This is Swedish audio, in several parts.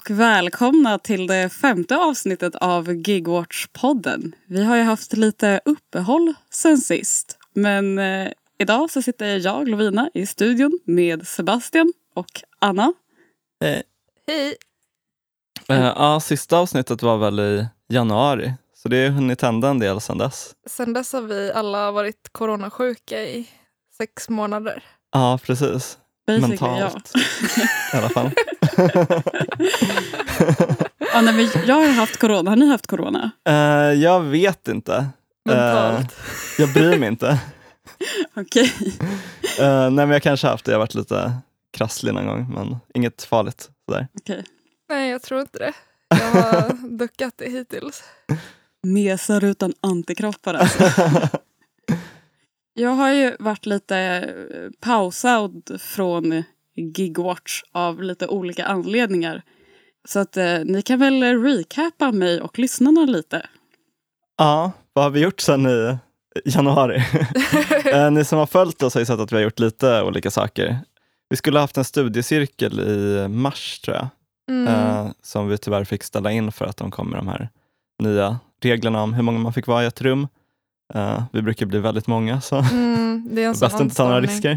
och välkomna till det 5:e avsnittet av Gigwatch-podden. Vi har ju haft lite uppehåll sen sist. Men idag så sitter jag, Lovina, i studion med Sebastian och Anna. Hej! Ja, sista avsnittet var väl i januari. Så det har hunnit hända en del sedan dess. Sen dess har vi alla varit coronasjuka i 6 månader. Ja, precis. Mentalt. I alla fall. Ja, nej, men jag har haft corona. Har ni haft corona? Jag vet inte. Mentalt. Jag bryr mig inte. Okej. Nej, men jag kanske har haft det. Jag har varit lite krasslig någon gång. Men inget farligt. Sådär. Okej. Nej, jag tror inte det. Jag har duckat det hittills. Mesar utan antikroppar alltså. Jag har ju varit lite pausad från Gigwatch av lite olika anledningar. Så att ni kan väl recapa mig och lyssnarna lite. Ja, vad har vi gjort sedan i januari? Ni som har följt oss har ju sett att vi har gjort lite olika saker. Vi skulle ha haft en studiecirkel i mars tror jag. Som vi tyvärr fick ställa in för att de kom med de här nya reglerna om hur många man fick vara i ett rum. Vi brukar bli väldigt många så det är en sån bäst inte ta några risker.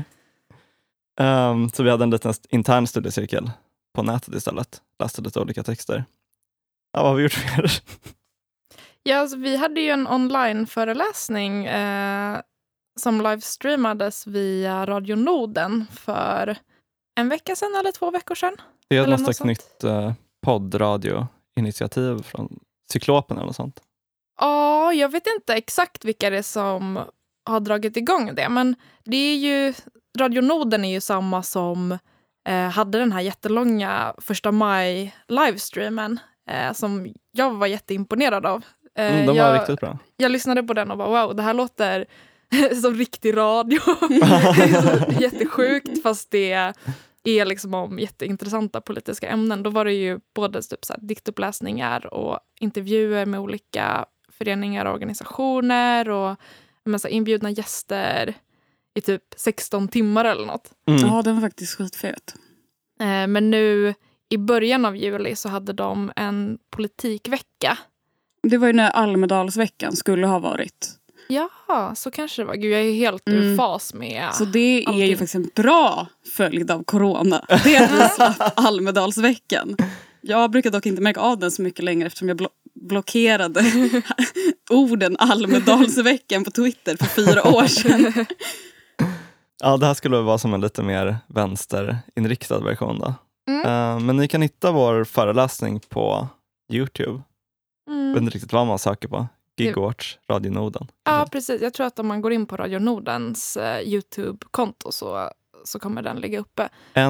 Så vi hade en liten intern studiecirkel på nätet istället. Läste lite olika texter. Ja, vad har vi gjort mer? Ja, alltså, vi hade ju en online-föreläsning som livestreamades via Radio Norden för en vecka sedan eller 2 veckor sedan. Det är eller något slags nytt poddradioinitiativ från Cyklopen eller något sånt. Ja, jag vet inte exakt vilka det är som har dragit igång det. Men det är ju, Radio Norden är ju samma som hade den här jättelånga 1 maj livestreamen som jag var jätteimponerad av. De var riktigt bra. Jag lyssnade på den och bara wow, det här låter som riktig radio. Det är så jättesjukt fast det är liksom om jätteintressanta politiska ämnen. Då var det ju både typ så här diktuppläsningar och intervjuer med olika föreningar och organisationer och en massa inbjudna gäster i typ 16 timmar eller något. Ja, den var faktiskt skitfet. Men nu i början av juli så hade de en politikvecka. Det var ju när Almedalsveckan skulle ha varit. Ja, så kanske det var. Gud, jag är helt ur fas med så det är allting. ju faktiskt en bra följd av corona. Det är att vi slapp Almedalsveckan. Jag brukar dock inte märka av den så mycket längre eftersom jag blockerade orden Almedalsveckan på Twitter för 4 år sedan. Ja, det här skulle vara som en lite mer vänsterinriktad version då. Men ni kan hitta vår föreläsning på YouTube. Jag vet inte riktigt vad man söker på. Gigwatch, Radio Norden. Ja, precis. Jag tror att om man går in på Radio Nordens YouTube-konto så kommer den ligga uppe.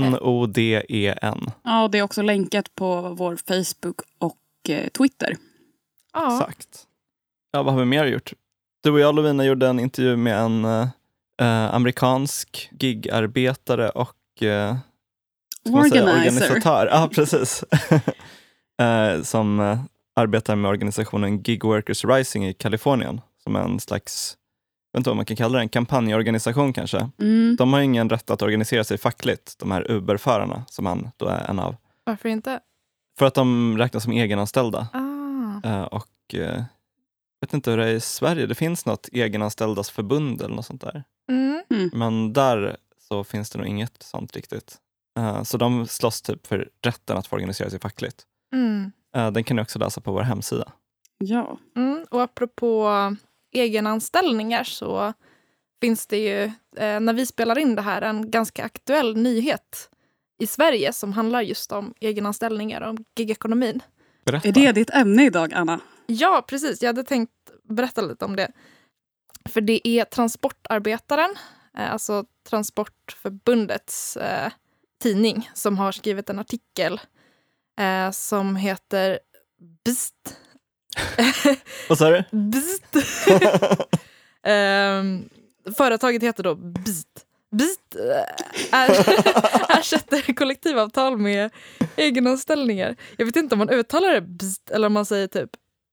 NODEN. Ja, och det är också länkat på vår Facebook och Twitter. Ja. Exakt. Ja, vad har vi mer gjort? Du och jag, Lovina, gjorde en intervju med en amerikansk gigarbetare och organisatör. Ja, precis. Som arbetar med organisationen Gig Workers Rising i Kalifornien. Som är en slags, jag vet inte vad man kan kalla det, en kampanjorganisation kanske. De har ingen rätt att organisera sig fackligt, de här Uber-förarna som han då är en av. Varför inte? För att de räknas som egenanställda. Och jag vet inte hur det är i Sverige. Det finns något egenanställdas förbund eller något sånt där. Men där så finns det nog inget sånt riktigt. Så de slåss typ för rätten att få organisera sig fackligt. Den kan ni också läsa på vår hemsida. Ja. Och apropå egenanställningar så finns det ju, när vi spelar in det här, en ganska aktuell nyhet i Sverige som handlar just om egenanställningar och om gigekonomin. Berätta. Är det ditt ämne idag, Anna? Ja, precis. Jag hade tänkt berätta lite om det. För det är Transportarbetaren, alltså Transportförbundets tidning, som har skrivit en artikel som heter BIST. Vad sa du? BIST. Företaget heter då BIST. BIST ersätter kollektivavtal med egenanställningar. Jag vet inte om man uttalar det BIST eller om man säger typ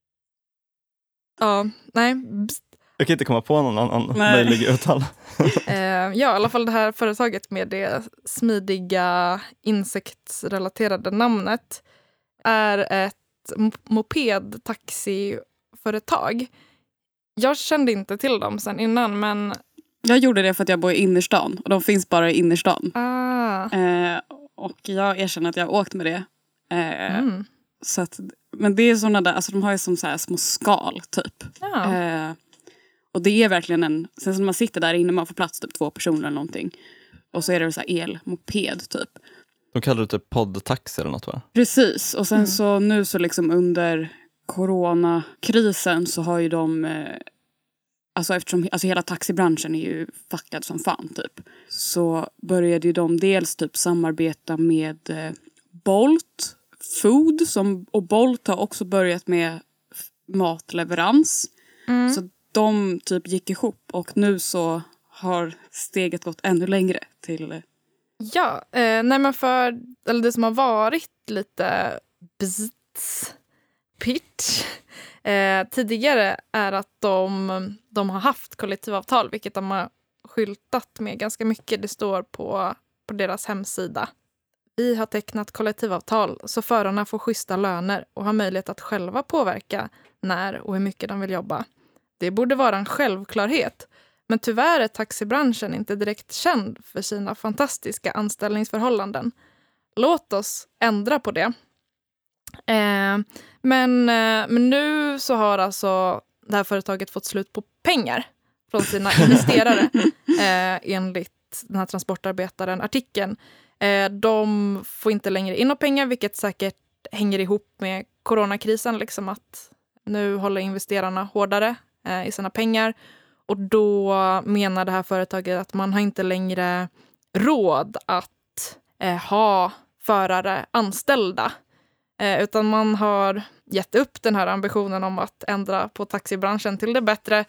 BIST. Jag kan inte komma på någon annan möjlig uttal. Ja, i alla fall det här företaget med det smidiga insektsrelaterade namnet är ett mopedtaxiföretag. Jag kände inte till dem sen innan, men... Jag gjorde det för att jag bor i innerstan och de finns bara i innerstan. Och jag erkänner att jag har åkt med det. Så att, men det är sådana där, alltså de har ju som så här små skal typ. Och det är verkligen sen som man sitter där inne, man får plats typ 2 personer eller någonting. Och så är det så här elmoped typ. De kallar det typ poddtaxi eller något, va? Precis, och sen så nu så liksom under coronakrisen så har ju de... Alltså eftersom hela taxibranschen är ju fuckad som fan typ. Så började ju de dels typ samarbeta med Bolt Food. Och Bolt har också börjat med matleverans. Så de typ gick ihop och nu så har steget gått ännu längre till... Ja, nej men eller det som har varit lite pitch tidigare är att de har haft kollektivavtal, vilket de har skyltat med ganska mycket. Det står på deras hemsida. Vi har tecknat kollektivavtal så förarna får schyssta löner och har möjlighet att själva påverka när och hur mycket de vill jobba. Det borde vara en självklarhet. Men tyvärr är taxibranschen inte direkt känd för sina fantastiska anställningsförhållanden. Låt oss ändra på det. Men nu så har alltså det här företaget fått slut på pengar från sina investerare enligt den här transportarbetaren-artikeln. De får inte längre in några pengar, vilket säkert hänger ihop med coronakrisen. Liksom att nu håller investerarna hårdare i sina pengar. Och då menar det här företaget att man har inte längre råd att ha förare anställda. Utan man har gett upp den här ambitionen om att ändra på taxibranschen till det bättre.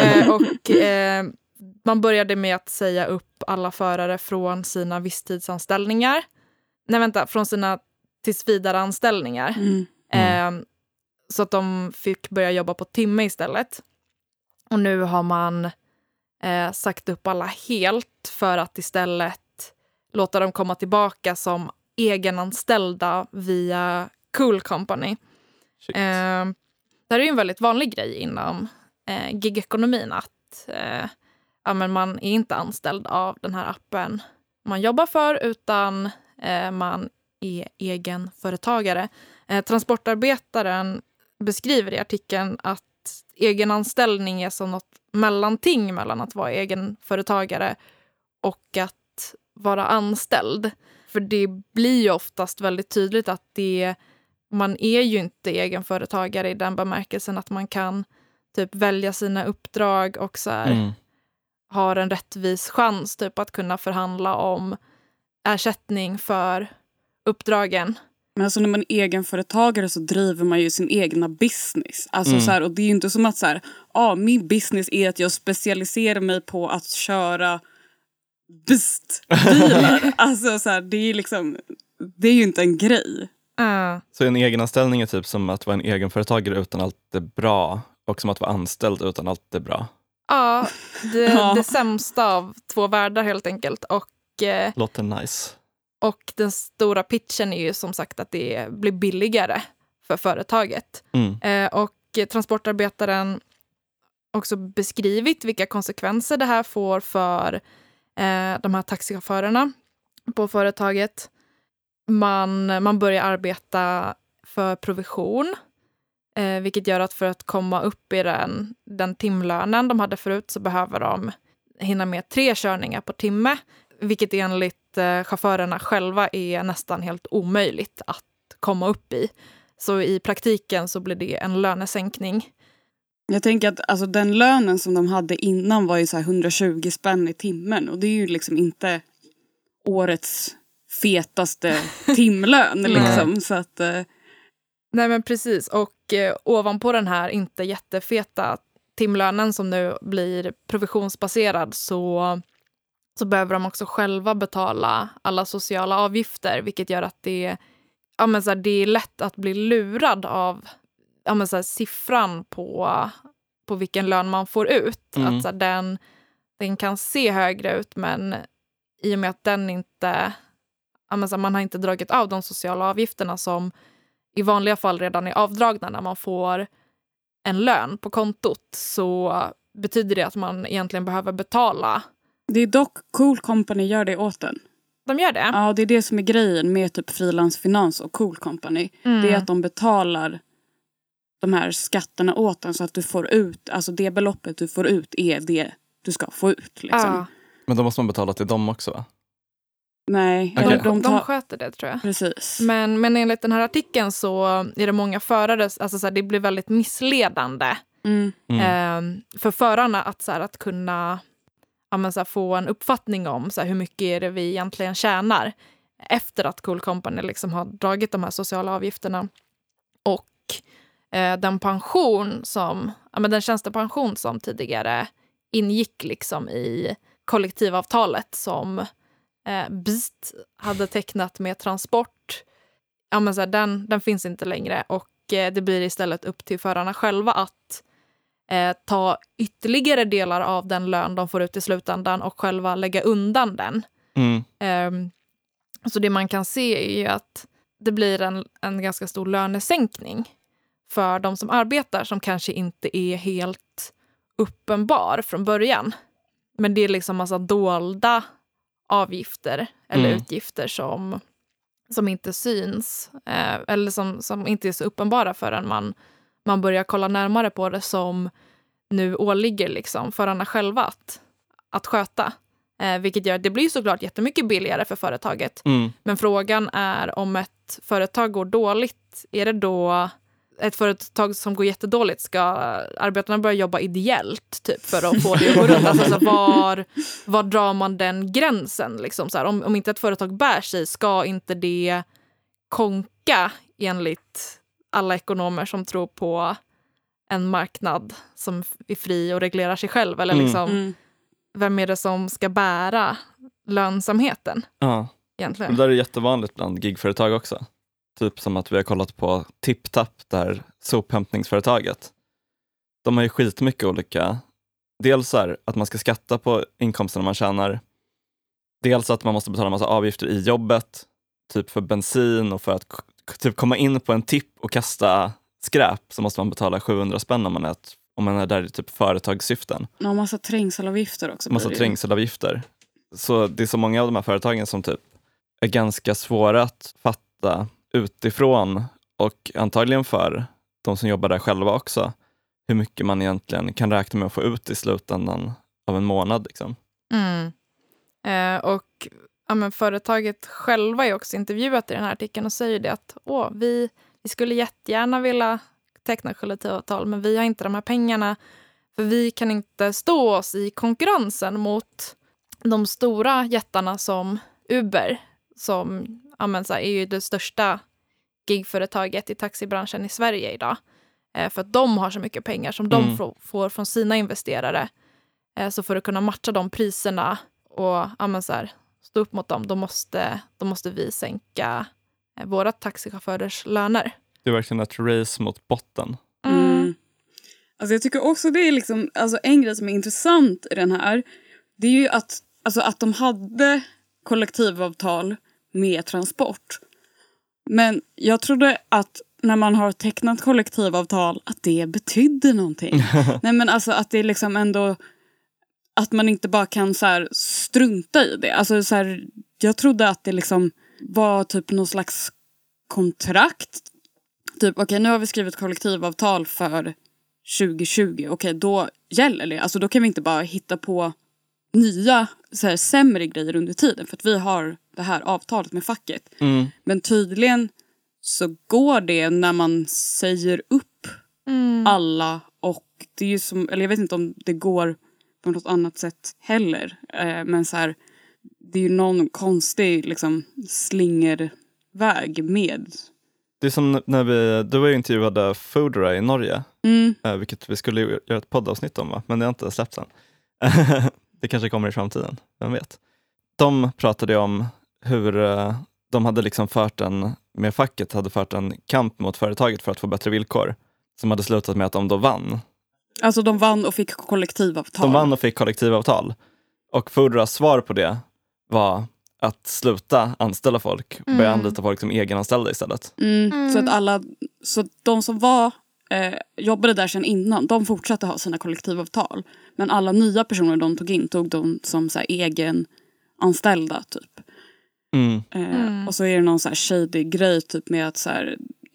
Man började med att säga upp alla förare från sina visstidsanställningar. Från sina tillsvidareanställningar. Så att de fick börja jobba på timme istället. Och nu har man sagt upp alla helt för att istället låta dem komma tillbaka som egenanställda via Cool Company. Det här är ju en väldigt vanlig grej inom gigekonomin att man är inte anställd av den här appen man jobbar för, utan man är egenföretagare. Transportarbetaren beskriver i artikeln att egenanställning är som något mellanting mellan att vara egenföretagare och att vara anställd. För det blir ju oftast väldigt tydligt att man är ju inte egenföretagare i den bemärkelsen att man kan typ välja sina uppdrag och så här, har en rättvis chans typ att kunna förhandla om ersättning för uppdragen. Men alltså när man är egenföretagare så driver man ju sin egna business. Alltså så här, och det är ju inte som att så här, min business är att jag specialiserar mig på att köra bilar. Alltså så här, det är liksom, det är ju inte en grej. Så en egenanställning är typ som att vara en egenföretagare utan allt det bra och som att vara anställd utan allt det bra. Ja, det sämsta av 2 världar helt enkelt. Och låter nice. Och den stora pitchen är ju som sagt att det blir billigare för företaget. Och transportarbetaren också beskrivit vilka konsekvenser det här får för de här taxichaufförerna på företaget. Man börjar arbeta för provision, vilket gör att för att komma upp i den timlönen de hade förut så behöver de hinna med 3 körningar på timme, vilket enligt chaufförerna själva är nästan helt omöjligt att komma upp i. Så i praktiken så blir det en lönesänkning. Jag tänker att alltså, den lönen som de hade innan var ju så här 120 spänn i timmen. Och det är ju liksom inte årets fetaste timlön. Liksom, så att, Nej men precis. Och ovanpå den här inte jättefeta timlönen som nu blir provisionsbaserad så behöver de också själva betala alla sociala avgifter, vilket gör att det är lätt att bli lurad av siffran på vilken lön man får ut. Att så här, den kan se högre ut, men i och med att den inte, man har inte dragit av de sociala avgifterna som i vanliga fall redan är avdragna när man får en lön på kontot, så betyder det att man egentligen behöver betala. Det är dock Cool Company gör det åt den. De gör det? Ja, det är det som är grejen med typ frilansfinans och Cool Company. Det är att de betalar de här skatterna åt den så att du får ut, alltså det beloppet du får ut är det du ska få ut. Liksom. Ja. Men då måste man betala till dem också, va? Nej, Okej. De sköter det, tror jag. Precis. Men enligt den här artikeln så är det många förare, alltså så här, det blir väldigt missledande för förarna att kunna få en uppfattning om så här, hur mycket är det vi egentligen tjänar efter att Cool Company liksom har dragit de här sociala avgifterna. Och den pension som, den tjänstepension som tidigare ingick liksom i kollektivavtalet som Beat hade tecknat med Transport, den finns inte längre, och det blir istället upp till förarna själva att ta ytterligare delar av den lön de får ut i slutändan och själva lägga undan den. Så det man kan se är ju att det blir en ganska stor lönesänkning för de som arbetar, som kanske inte är helt uppenbar från början. Men det är liksom massa dolda avgifter eller utgifter som inte syns eller som inte är så uppenbara förrän man börjar kolla närmare på det, som nu åligger liksom förarna själva att sköta. Vilket gör att det blir såklart jättemycket billigare för företaget. Men frågan är, om ett företag går dåligt, är det då ett företag som går jättedåligt, ska arbetarna börja jobba ideellt typ för att få det att gå runt? Alltså, så var drar man den gränsen? Liksom, så här, om inte ett företag bär sig, ska inte det konka enligt alla ekonomer som tror på en marknad som är fri och reglerar sig själv? Eller liksom, vem är det som ska bära lönsamheten? Ja, egentligen? det där är jättevanligt bland gigföretag också. Typ som att vi har kollat på TipTap, där sophämtningsföretaget. De har ju skitmycket olika. Dels är att man ska skatta på inkomsterna man tjänar. Dels att man måste betala en massa avgifter i jobbet. Typ för bensin, och för att typ komma in på en tipp och kasta skräp så måste man betala 700 spänn om man är där i typ företagssyften. Och massa trängselavgifter också. Massa trängselavgifter. Så det är så många av de här företagen som typ är ganska svåra att fatta utifrån, och antagligen för de som jobbar där själva också, hur mycket man egentligen kan räkna med att få ut i slutändan av en månad. Liksom. Och företaget själva är också intervjuat i den här artikeln och säger det att vi skulle jättegärna vilja teckna kollektivavtal, men vi har inte de här pengarna, för vi kan inte stå oss i konkurrensen mot de stora jättarna som Uber, som är ju det största gigföretaget i taxibranschen i Sverige idag. För att de har så mycket pengar som de får från sina investerare. Så för att kunna matcha de priserna och stå upp mot dem, då måste vi sänka våra taxichaufförers löner. Det är verkligen ett race mot botten. Alltså jag tycker också det är liksom, alltså en grej som är intressant i den här, det är ju att de hade kollektivavtal med Transport. Men jag trodde att när man har tecknat kollektivavtal att det betydde någonting. Nej, men alltså att det är liksom ändå, att man inte bara kan så här strunta i det. Alltså så här, jag trodde att det liksom var typ någon slags kontrakt. Typ okej, nu har vi skrivit kollektivavtal för 2020. Okej, då gäller det. Alltså då kan vi inte bara hitta på nya så här, sämre grejer under tiden, för att vi har det här avtalet med facket. Men tydligen så går det när man säger upp alla, och det är ju som, eller jag vet inte om det går på något annat sätt heller, men så här, det är ju någon konstig liksom slingerväg med. Det är som när du var ju intervjuade Foodora i Norge, vilket vi skulle göra ett poddavsnitt om, va? Men det har inte släppts än. Det kanske kommer i framtiden, vem vet. De pratade om hur de hade liksom med facket hade fört en kamp mot företaget för att få bättre villkor, som hade slutat med att de då vann. Alltså de vann och fick kollektivavtal. De vann och fick kollektivavtal. Och Foodoras svar på det var att sluta anställa folk och börja anlita folk som egenanställda istället. Så de som var jobbade där sedan innan, de fortsatte ha sina kollektivavtal. Men alla nya personer de tog de som så här, egenanställda typ. Och så är det någon så här shady grej typ med att så här,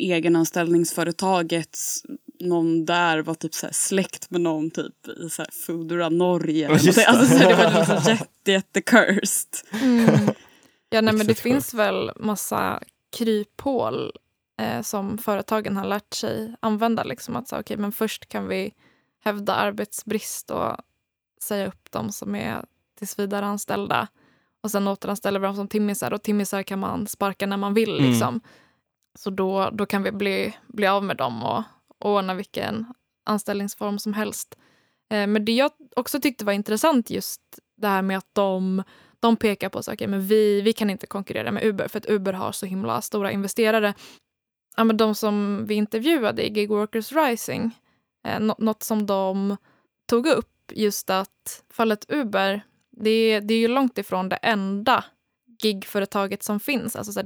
egenanställningsföretaget, någon där var typ så här släkt med någon typ i så här Foodora Norge. Alltså så här, det var liksom jätte cursed. Ja, nej, men det finns väl massa kryphål som företagen har lärt sig använda. Liksom att säga, men först kan vi hävda arbetsbrist och säga upp dem som är tills vidare anställda. Och sen återanställer vi dem som timmisar. Och timmisar kan man sparka när man vill. Liksom. Så då kan vi bli av med dem och ordna vilken anställningsform som helst. Men det jag också tyckte var intressant just det här med att de pekar på saker. Men vi kan inte konkurrera med Uber för att Uber har så himla stora investerare. Ja, men de som vi intervjuade i Gig Workers Rising, något som de tog upp just att fallet Uber, det är ju långt ifrån det enda gigföretaget som finns. Alltså så här,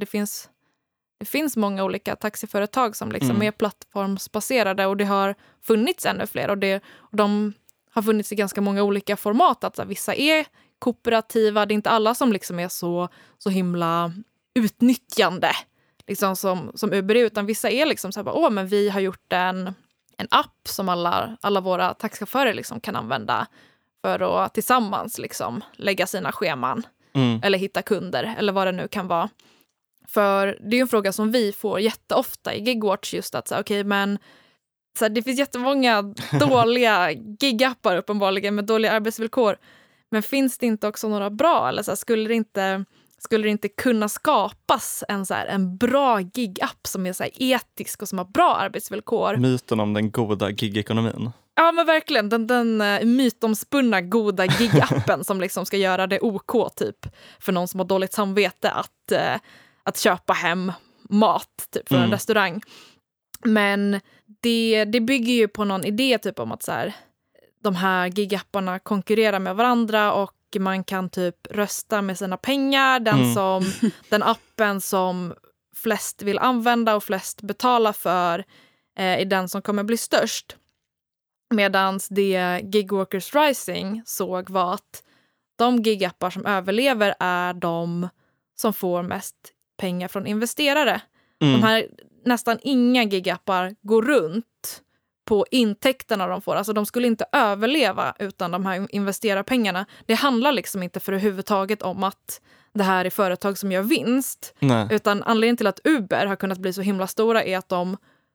det finns många olika taxiföretag som liksom är plattformsbaserade och det har funnits ännu fler och de har funnits i ganska många olika format. Att så här, vissa är kooperativa, det är inte alla som liksom är så himla utnyttjande liksom som Uber är, utan vissa är liksom så här, men vi har gjort en app som alla våra taxichaufförer liksom kan använda för att tillsammans liksom lägga sina scheman eller hitta kunder eller vad det nu kan vara. För det är en fråga som vi får jätteofta i Gigwatch, just att men så här, det finns jättemånga dåliga gigappar uppenbarligen med dåliga arbetsvillkor. Men finns det inte också några bra? Eller så här, skulle det inte kunna skapas en bra gigapp som är så här etisk och som har bra arbetsvillkor? Myten om den goda gigekonomin. Ja, men verkligen. Den mytomspunna goda gigappen som liksom ska göra det OK typ för någon som har dåligt samvete att köpa hem mat typ från en restaurang. Men det bygger ju på någon idé typ om att så här, de här gigapparna konkurrerar med varandra och man kan typ rösta med sina pengar. Den appen som flest vill använda och flest betala för är den som kommer bli störst. Medans det Gig Workers Rising såg var att de gigappar som överlever är de som får mest pengar från investerare. De här nästan inga gigappar går runt på intäkterna de får. Alltså de skulle inte överleva utan de här investerarpengarna. Det handlar liksom inte för överhuvudtaget om att det här är företag som gör vinst. Nej. Utan anledningen till att Uber har kunnat bli så himla stora är att de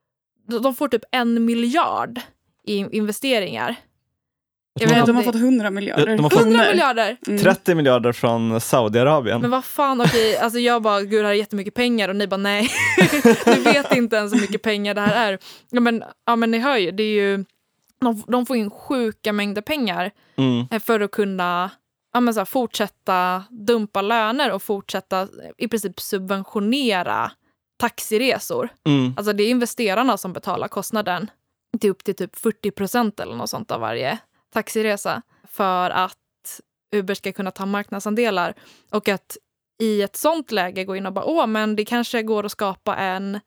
får typ 1 miljard i investeringar. De har fått 100 miljarder. De har fått 100 miljarder! 30 miljarder från Saudiarabien. Men vad fan, okej. Alltså jag bara, gud, det här är jättemycket pengar. Och ni bara, nej. Du vet inte ens hur mycket pengar det här är. Ja, men ni hör ju, det är ju... De får in sjuka mängder pengar för att kunna så här, fortsätta dumpa löner och fortsätta i princip subventionera taxiresor. Alltså det är investerarna som betalar kostnaden till upp till typ 40% eller något sånt av varje taxiresa för att Uber ska kunna ta marknadsandelar och att i ett sånt läge gå in och bara, men det kanske går att skapa en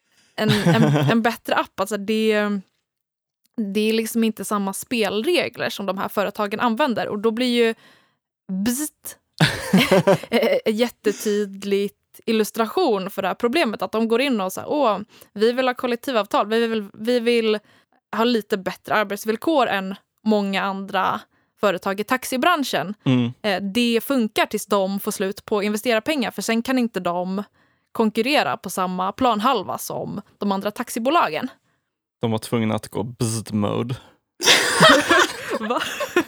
bättre app. Alltså det är liksom inte samma spelregler som de här företagen använder och då blir ju jättetydligt illustration för det här problemet att de går in och säger, vi vill ha kollektivavtal, vi vill ha lite bättre arbetsvillkor än många andra företag i taxibranschen. Det funkar tills de får slut på att investera pengar, för sen kan inte de konkurrera på samma planhalva som de andra taxibolagen. De var tvungna att gå bzz-mode. Va?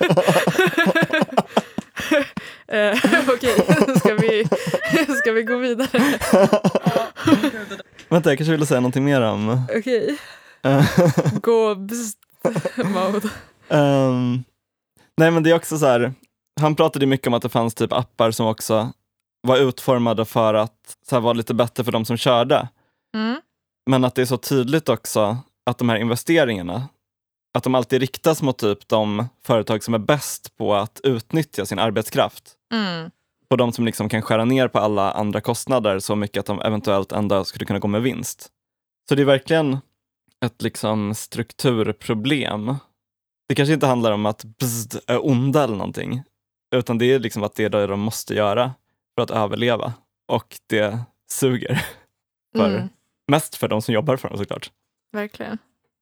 Okej, ska vi gå vidare? Vänta, jag kanske ville säga någonting mer om... Okej. Gå bzz-mode. Nej, men det är också så här, han pratade mycket om att det fanns typ appar som också var utformade för att så här, vara lite bättre för de som körde. Men att det är så tydligt också att de här investeringarna, att de alltid riktas mot typ de företag som är bäst på att utnyttja sin arbetskraft. på de som liksom kan skära ner på alla andra kostnader så mycket att de eventuellt ändå skulle kunna gå med vinst. Så det är verkligen ett liksom strukturproblem. Det kanske inte handlar om att bzd är onda eller någonting, utan det är liksom att det är det de måste göra för att överleva. Och det suger. Mest för de som jobbar för dem såklart. Verkligen.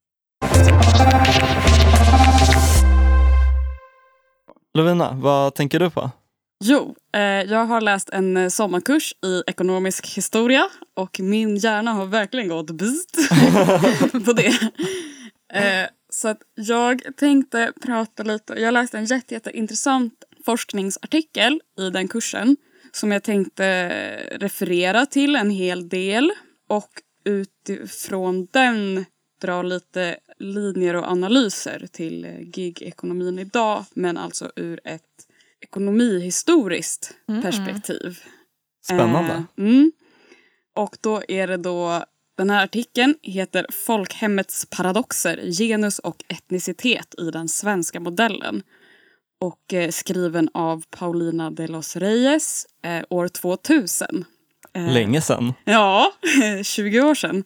Lovina, vad tänker du på? Jo, jag har läst en sommarkurs i ekonomisk historia och min hjärna har verkligen gått bist på det. Så att jag tänkte prata lite. Jag läste en jätteintressant forskningsartikel i den kursen som jag tänkte referera till en hel del och utifrån den dra lite linjer och analyser till gig-ekonomin idag, men alltså ur ett ekonomihistoriskt perspektiv. Spännande. Och då är det då, den här artikeln heter Folkhemmets paradoxer, genus och etnicitet i den svenska modellen. Och skriven av Paulina de los Reyes år 2000. Länge sedan. Ja, 20 år sedan.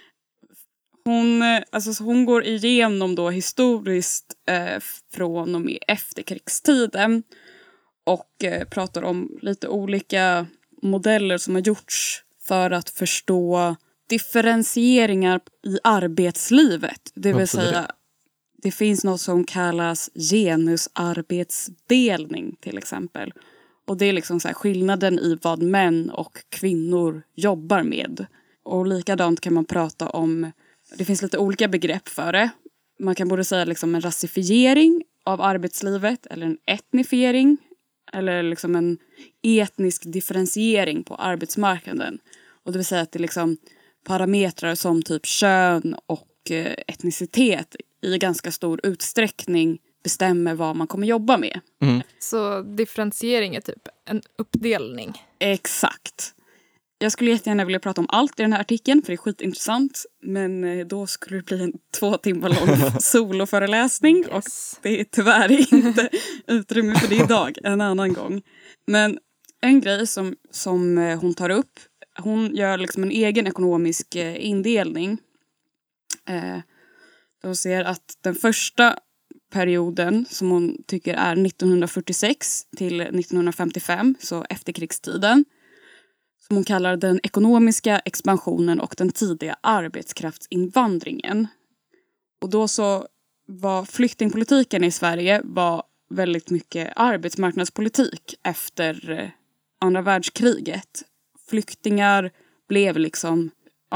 Hon går igenom då historiskt från och med efterkrigstiden och pratar om lite olika modeller som har gjorts för att förstå differentieringar i arbetslivet. Det vill säga, det finns något som kallas genusarbetsdelning till exempel. Och det är liksom så här skillnaden i vad män och kvinnor jobbar med. Och likadant kan man prata om, det finns lite olika begrepp för det. Man kan både säga liksom en rasifiering av arbetslivet eller en etnifiering eller liksom en etnisk differentiering på arbetsmarknaden. Och det vill säga att det är liksom parametrar som typ kön och etnicitet i ganska stor utsträckning bestämmer vad man kommer jobba med. Så differentiering är typ en uppdelning. Exakt. Jag skulle jättegärna vilja prata om allt i den här artikeln för det är skitintressant. Men då skulle det bli en 2 timmar lång soloföreläsning. Och det är tyvärr inte utrymme för det idag, en annan gång. Men en grej som hon tar upp, hon gör liksom en egen ekonomisk indelning. De ser att den första perioden som hon tycker är 1946 till 1955, så efterkrigstiden, som hon kallar den ekonomiska expansionen och den tidiga arbetskraftsinvandringen. Och då så var flyktingpolitiken i Sverige var väldigt mycket arbetsmarknadspolitik efter andra världskriget. Flyktingar blev liksom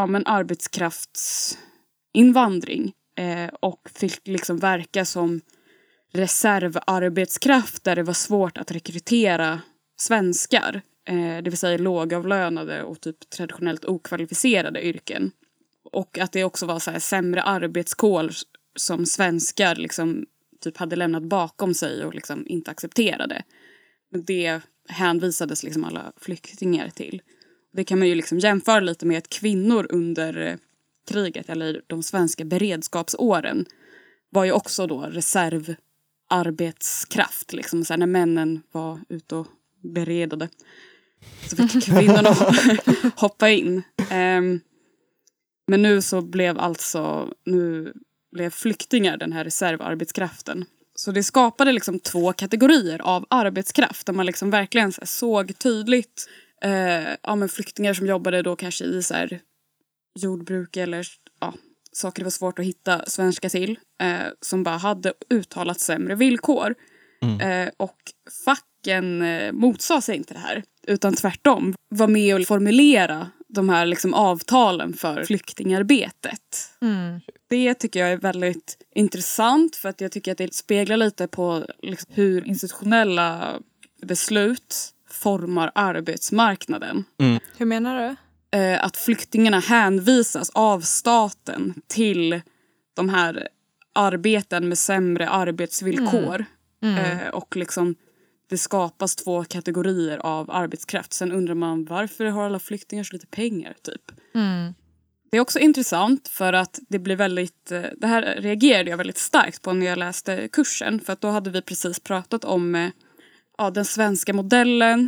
arbetskraftsinvandring och fick liksom verka som reservarbetskraft där det var svårt att rekrytera svenskar. Det vill säga lågavlönade och typ traditionellt okvalificerade yrken. Och att det också var så här sämre arbetskår som svenskar liksom typ hade lämnat bakom sig och liksom inte accepterade. Det hänvisades liksom alla flyktingar till. Det kan man ju liksom jämföra lite med att kvinnor under kriget eller de svenska beredskapsåren var ju också då reservarbetskraft. Liksom, så här, när männen var ute och beredade så fick kvinnorna hoppa in. Men nu så blev flyktingar den här reservarbetskraften. Så det skapade liksom 2 kategorier av arbetskraft där man liksom verkligen så här såg tydligt flyktingar som jobbade då kanske i så här jordbruk eller saker det var svårt att hitta svenska till som bara hade uttalat sämre villkor. Och facken motsade sig inte det här utan tvärtom var med och formulera de här liksom avtalen för flyktingarbetet. Det tycker jag är väldigt intressant för att jag tycker att det speglar lite på liksom hur institutionella beslut formar arbetsmarknaden. Hur menar du? Att flyktingarna hänvisas av staten till de här arbeten med sämre arbetsvillkor. Och liksom det skapas 2 kategorier av arbetskraft. Sen undrar man varför har alla flyktingar så lite pengar typ. Det är också intressant för att det blir väldigt, det här reagerade jag väldigt starkt på när jag läste kursen. För att då hade vi precis pratat om den svenska modellen.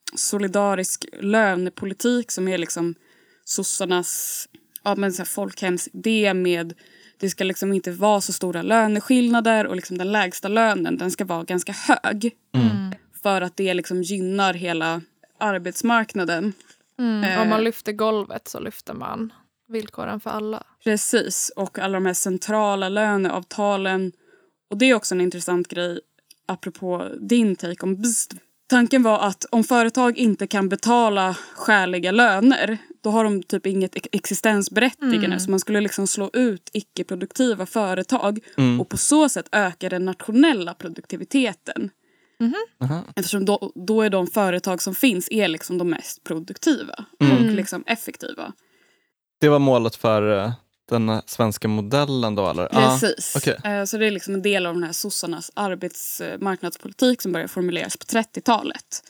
solidarisk lönepolitik som är liksom sossarnas folkhemsidé med det ska liksom inte vara så stora löneskillnader och liksom den lägsta lönen den ska vara ganska hög. För att det liksom gynnar hela arbetsmarknaden. Om man lyfter golvet så lyfter man villkoren för alla. Precis, och alla de här centrala löneavtalen. Och det är också en intressant grej apropå din take om BST. Tanken var att om företag inte kan betala skäliga löner då har de typ inget existensberättigande. Så man skulle liksom slå ut icke-produktiva företag och på så sätt öka den nationella produktiviteten. Eftersom då är de företag som finns är liksom de mest produktiva och liksom effektiva. Det var målet för den svenska modellen då, eller? Precis. Okay. Så det är liksom en del av den här sossarnas arbetsmarknadspolitik som började formuleras på 30-talet.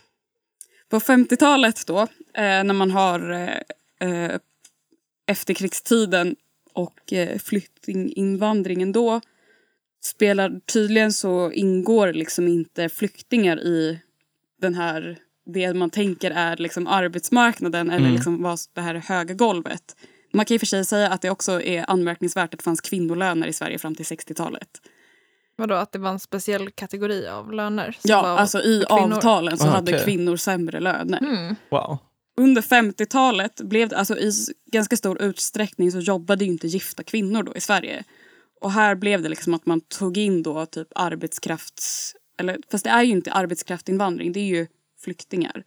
På 50-talet då, när man har efterkrigstiden och flyktinginvandringen då, tydligen så ingår liksom inte flyktingar i den här, det man tänker är liksom arbetsmarknaden eller liksom vad det här höga golvet. Man kan ju för sig säga att det också är anmärkningsvärt att det fanns kvinnolöner i Sverige fram till 60-talet. Vadå, att det var en speciell kategori av löner? Ja, alltså i avtalen så hade kvinnor sämre löner. Wow. Under 50-talet blev det, alltså i ganska stor utsträckning så jobbade ju inte gifta kvinnor då i Sverige. Och här blev det liksom att man tog in då typ fast det är ju inte arbetskraftinvandring, det är ju flyktingar.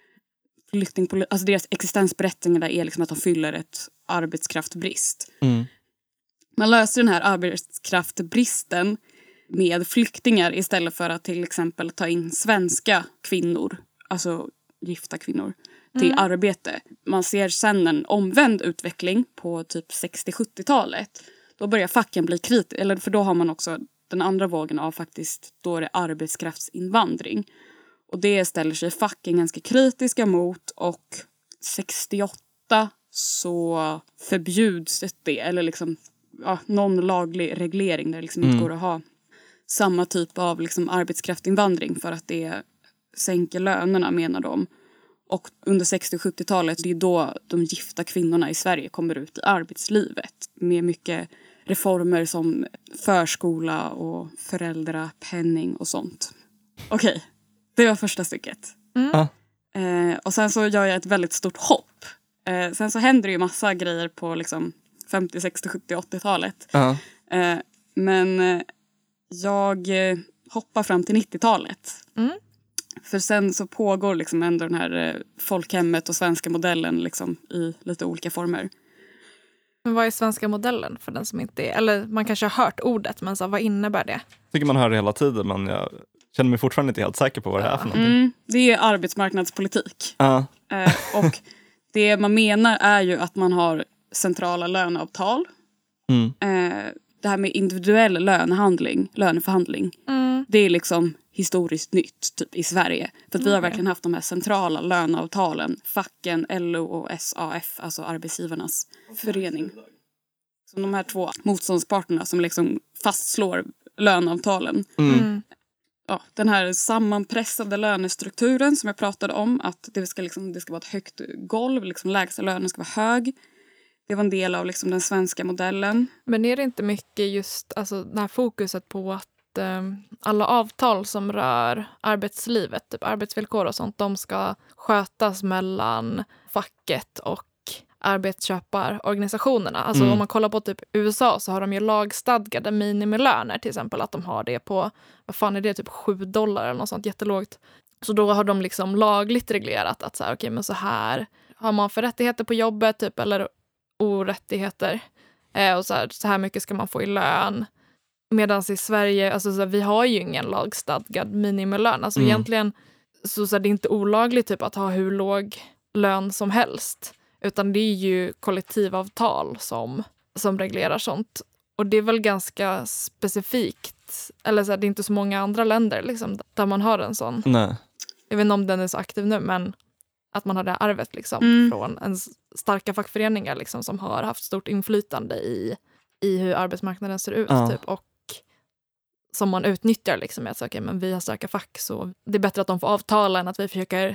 Alltså deras existensberättigande är liksom att de fyller ett arbetskraftbrist. Man löser den här arbetskraftbristen med flyktingar istället för att till exempel ta in svenska kvinnor, alltså gifta kvinnor, till arbete. Man ser sen en omvänd utveckling på typ 60-70-talet. Då börjar facken bli kritiska, för då har man också den andra vågen av faktiskt, då är det arbetskraftsinvandring. Och det ställer sig facken ganska kritiska mot, och 68 så förbjuds det, eller liksom någon laglig reglering där det liksom inte går att ha samma typ av liksom arbetskraftsinvandring för att det sänker lönerna, menar de. Och under 60- och 70-talet, det är då de gifta kvinnorna i Sverige kommer ut i arbetslivet med mycket reformer som förskola och föräldrapenning och sånt. Okej, det var första stycket. Och sen så gör jag ett väldigt stort hopp. Sen så händer det ju massa grejer på liksom 50, 60, 70, 80-talet. Men jag hoppar fram till 90-talet. För sen så pågår liksom ändå den här folkhemmet och svenska modellen liksom i lite olika former. Men vad är svenska modellen för den som inte är, eller man kanske har hört ordet, men så, vad innebär det? Jag tycker man hör det hela tiden, men jag känner mig fortfarande inte helt säker på vad det är för någonting. Det är arbetsmarknadspolitik. Och det man menar är ju att man har centrala löneavtal. Det här med individuell löneförhandling. Det är liksom historiskt nytt typ i Sverige. För att vi har verkligen haft de här centrala löneavtalen. Facken, LO och SAF, alltså arbetsgivarnas förening. Så de här två motståndsparterna som liksom fastslår löneavtalen. Ja, den här sammanpressade lönestrukturen som jag pratade om, att det ska vara ett högt golv, liksom lägsta lönen ska vara hög. Det var en del av liksom den svenska modellen. Men är det inte mycket just alltså, det här fokuset på att alla avtal som rör arbetslivet, typ arbetsvillkor och sånt, de ska skötas mellan facket och arbetsköparorganisationerna. Alltså om man kollar på typ USA så har de ju lagstadgade minimilöner, till exempel att de har det på, vad fan är det, typ $7 eller något sånt jättelågt. Så då har de liksom lagligt reglerat att så här, okej, men så här har man för rättigheter på jobbet typ, eller orättigheter. Och så här mycket ska man få i lön. Medan i Sverige, alltså så här, vi har ju ingen lagstadgad minimilön. Alltså egentligen så är det inte olagligt typ att ha hur låg lön som helst. Utan det är ju kollektivavtal som reglerar sånt. Och det är väl ganska specifikt. Eller så här, det är inte så många andra länder liksom, där man har en sån. Nej. Jag vet inte om den är så aktiv nu, men att man har det här arvet liksom, från en starka fackföreningar liksom, som har haft stort inflytande i hur arbetsmarknaden ser ut. Typ, och som man utnyttjar liksom, att okay, men vi har starka fack, så det är bättre att de får avtala än att vi försöker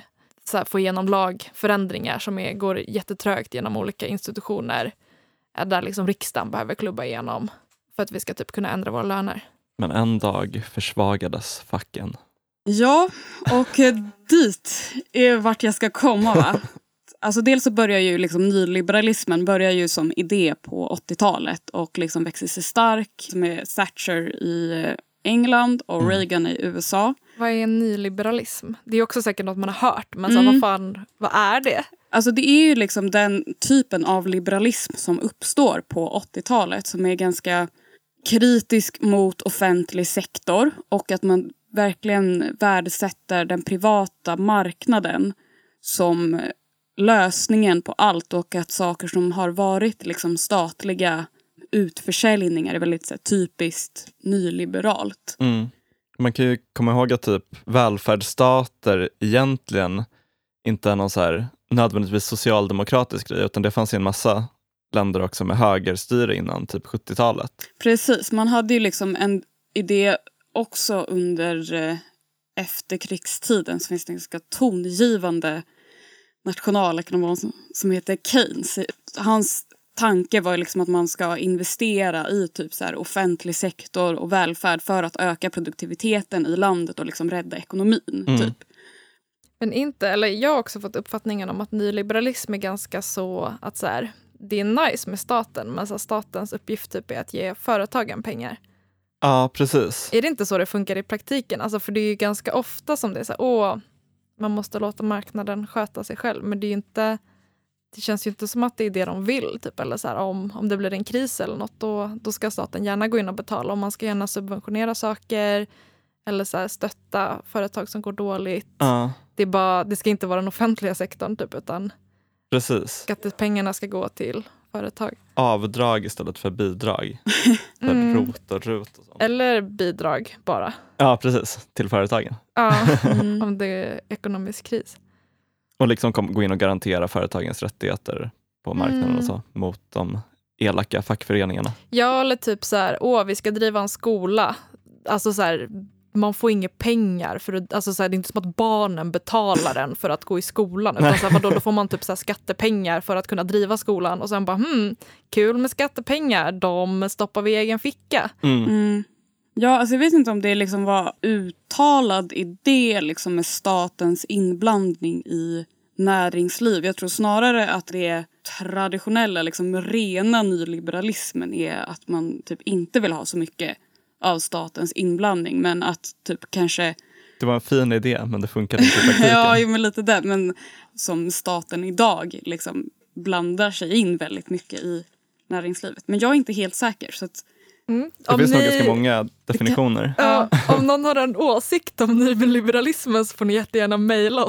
så här, få igenom lagförändringar som går jättetrögt genom olika institutioner där liksom riksdagen behöver klubba igenom för att vi ska typ kunna ändra våra löner. Men en dag försvagades facken. Ja, och dit är vart jag ska komma, va? Alltså dels så börjar ju liksom nyliberalismen börjar ju som idé på 80-talet och liksom växer sig stark med Thatcher i England och Reagan i USA. Vad är nyliberalism? Det är också säkert något man har hört, men så, vad är det? Alltså det är ju liksom den typen av liberalism som uppstår på 80-talet som är ganska kritisk mot offentlig sektor och att man verkligen värdesätter den privata marknaden som lösningen på allt och att saker som har varit liksom statliga utförsäljningar är väldigt så här, typiskt nyliberalt. Man kan ju komma ihåg att typ välfärdsstater egentligen inte är någon så här nödvändigtvis socialdemokratisk grej, utan det fanns ju en massa länder också med högerstyre innan typ 70-talet. Precis, man hade ju liksom en idé också under efterkrigstiden, så finns det en ganska tongivande nationalekonom som heter Keynes. Hans tanke var liksom att man ska investera i typ så här offentlig sektor och välfärd för att öka produktiviteten i landet och liksom rädda ekonomin. Typ. Men inte, eller jag har också fått uppfattningen om att nyliberalism är ganska så att så här, det är nice med staten, men så statens uppgift typ är att ge företagen pengar. Ja, precis. Är det inte så det funkar i praktiken? Alltså, för det är ju ganska ofta som det är så här, man måste låta marknaden sköta sig själv. Men det är ju inte, det känns ju inte som att det är det de vill. Typ. Eller så här, om det blir en kris eller något, då ska staten gärna gå in och betala. Om man ska gärna subventionera saker eller så här, stötta företag som går dåligt. Det ska inte vara den offentliga sektorn typ, utan precis. Skattepengarna ska gå till företag. Avdrag istället för bidrag. För ROT och RUT och sånt. Eller bidrag bara. Ja, precis. Till företagen. Ja, om det är ekonomisk kris. Och liksom gå in och garantera företagens rättigheter på marknaden och så mot de elaka fackföreningarna. Ja, eller typ så här, vi ska driva en skola. Alltså så här, man får inga pengar för att, alltså så här, det är inte som att barnen betalar den för att gå i skolan, utan så här, då får man typ så här skattepengar för att kunna driva skolan och sen bara kul med skattepengar, de stoppar vi i egen ficka. Ja, alltså jag vet inte om det liksom var uttalad idé liksom med statens inblandning i näringsliv. Jag tror snarare att det traditionella liksom rena nyliberalismen är att man typ inte vill ha så mycket av statens inblandning, men att typ kanske... Det var en fin idé, men det funkar inte i praktiken. Ja, men lite det. Men som staten idag liksom blandar sig in väldigt mycket i näringslivet. Men jag är inte helt säker, så att... Det finns nog ganska många definitioner. Ja, om någon har en åsikt om nyliberalismen så får ni jättegärna mejla oss.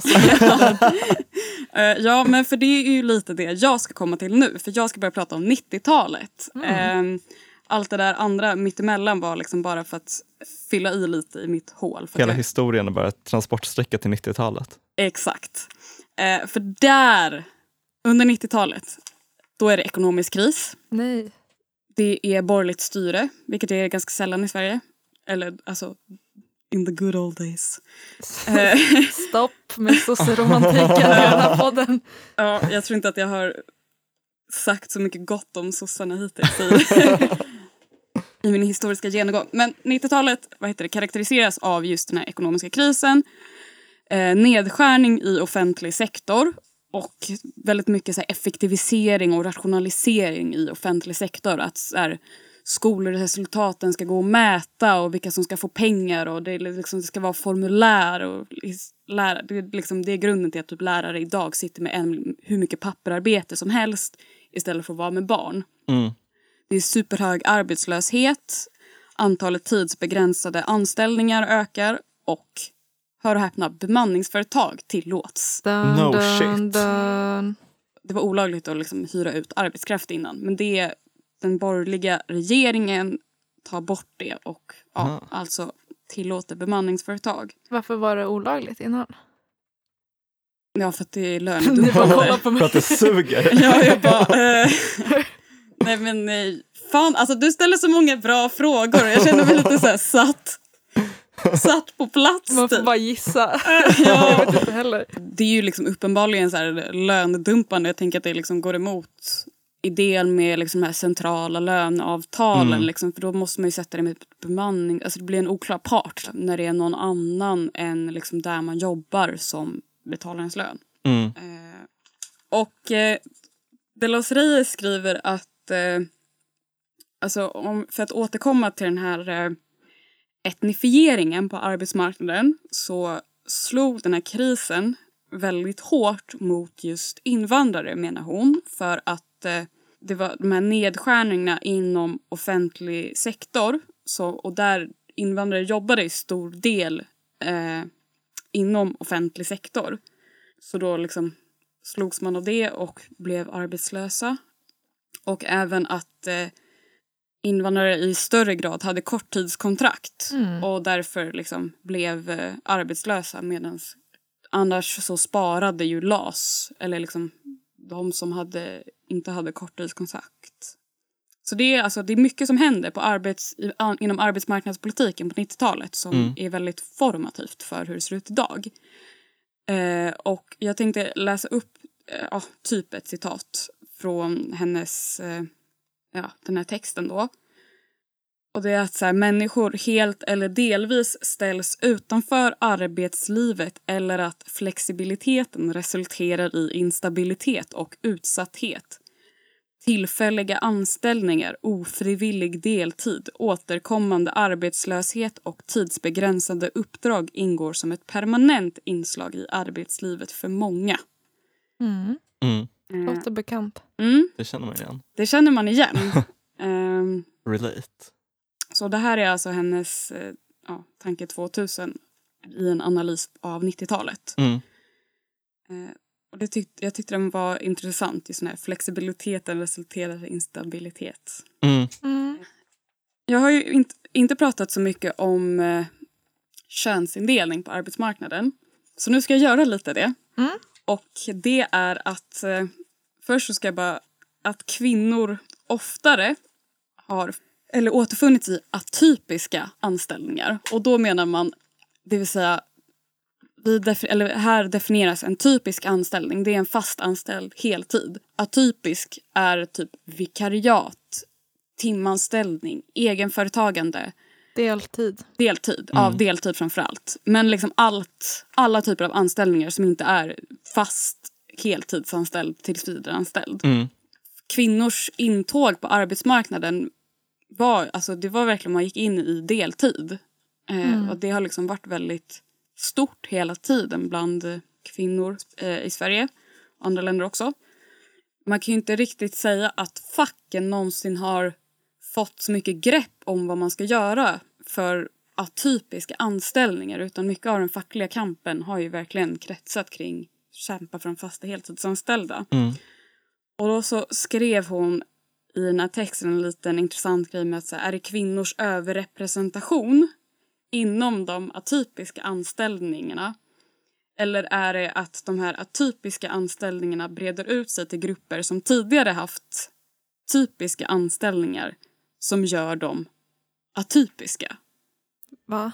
Ja, men för det är ju lite det jag ska komma till nu. För jag ska börja prata om 90-talet. Allt det där andra mittemellan var liksom bara för att fylla i lite i mitt hål. För hela historien är bara ett transportsträcka till 90-talet. Exakt. För där, under 90-talet, då är det ekonomisk kris. Nej. Det är borgerligt styre, vilket är ganska sällan i Sverige. Eller alltså, in the good old days. Stopp med sosseromantiken i den här podden. Ja, jag tror inte att jag har sagt så mycket gott om sossarna hittills i min historiska genomgång. Men 90-talet karaktäriseras av just den här ekonomiska krisen. Nedskärning i offentlig sektor. Och väldigt mycket så här, effektivisering och rationalisering i offentlig sektor. Att så här, skolresultaten ska gå att mäta och vilka som ska få pengar. Och det ska vara formulär. Och det är grunden till att typ, lärare idag sitter med hur mycket papperarbete som helst istället för att vara med barn. Det är superhög arbetslöshet. Antalet tidsbegränsade anställningar ökar. Och hör och häpna, bemanningsföretag tillåts. No shit. Det var olagligt att liksom hyra ut arbetskraft innan. Men den borgerliga regeringen tar bort det och alltså tillåter bemanningsföretag. Varför var det olagligt innan? Ja, för att det är lönedumpande. För att det suger. Ja, jag bara... nej, men fan, alltså du ställer så många bra frågor och jag känner mig lite så här satt. satt på plats. Man får typ. bara gissa. Ja. Jag vet inte heller. Det är ju liksom uppenbarligen så här lönedumpande. Jag tänker att det liksom går emot idén med liksom de här centrala löneavtalen. Liksom, för då måste man ju sätta det med bemanning. Alltså det blir en oklar part när det är någon annan än liksom där man jobbar som betalar ens lön. Och De los Reyes skriver att för att återkomma till den här etnifieringen på arbetsmarknaden så slog den här krisen väldigt hårt mot just invandrare, menar hon. För att det var de här nedskärningarna inom offentlig sektor. Och där invandrare jobbade i stor del inom offentlig sektor. Så då liksom slogs man av det och blev arbetslösa. Och även att invandrare i större grad hade korttidskontrakt. Och därför liksom blev arbetslösa, medan annars så sparade ju LAS, eller liksom de som inte hade korttidskontrakt. Så det är mycket som händer inom arbetsmarknadspolitiken på 90-talet som är väldigt formativt för hur det ser ut idag. Och jag tänkte läsa upp typ ett citat från hennes den här texten då. Och det är att så här, människor helt eller delvis ställs utanför arbetslivet eller att flexibiliteten resulterar i instabilitet och utsatthet. Tillfälliga anställningar, ofrivillig deltid, återkommande arbetslöshet och tidsbegränsade uppdrag ingår som ett permanent inslag i arbetslivet för många. Låter bekant. Det känner man igen. Det känner man igen. Relate. Så det här är alltså hennes tanke 2000 i en analys av 90-talet. Och jag tyckte den var intressant. Just den här flexibiliteten resulterar i instabilitet. Jag har ju inte pratat så mycket om könsindelning på arbetsmarknaden. Så nu ska jag göra lite det. Och det är att först så ska jag bara att kvinnor oftare har eller återfunnits i atypiska anställningar. Och då menar man, det vill säga här definieras en typisk anställning. Det är en fast anställd heltid. Atypisk är typ vikariat, timanställning, egenföretagande. Deltid. Deltid framförallt. Men liksom alla typer av anställningar som inte är fast heltidsanställd, tillsvidareanställd. Kvinnors intåg på arbetsmarknaden det var verkligen, man gick in i deltid. Och det har liksom varit väldigt stort hela tiden bland kvinnor i Sverige och andra länder också. Man kan ju inte riktigt säga att facken någonsin har fått så mycket grepp om vad man ska göra för atypiska anställningar, utan mycket av den fackliga kampen har ju verkligen kretsat kring kämpa för de fasta heltidsanställda. Och då så skrev hon i den här texten en liten intressant grej med att är det kvinnors överrepresentation inom de atypiska anställningarna, eller är det att de här atypiska anställningarna breder ut sig till grupper som tidigare haft typiska anställningar som gör dem atypiska? Va?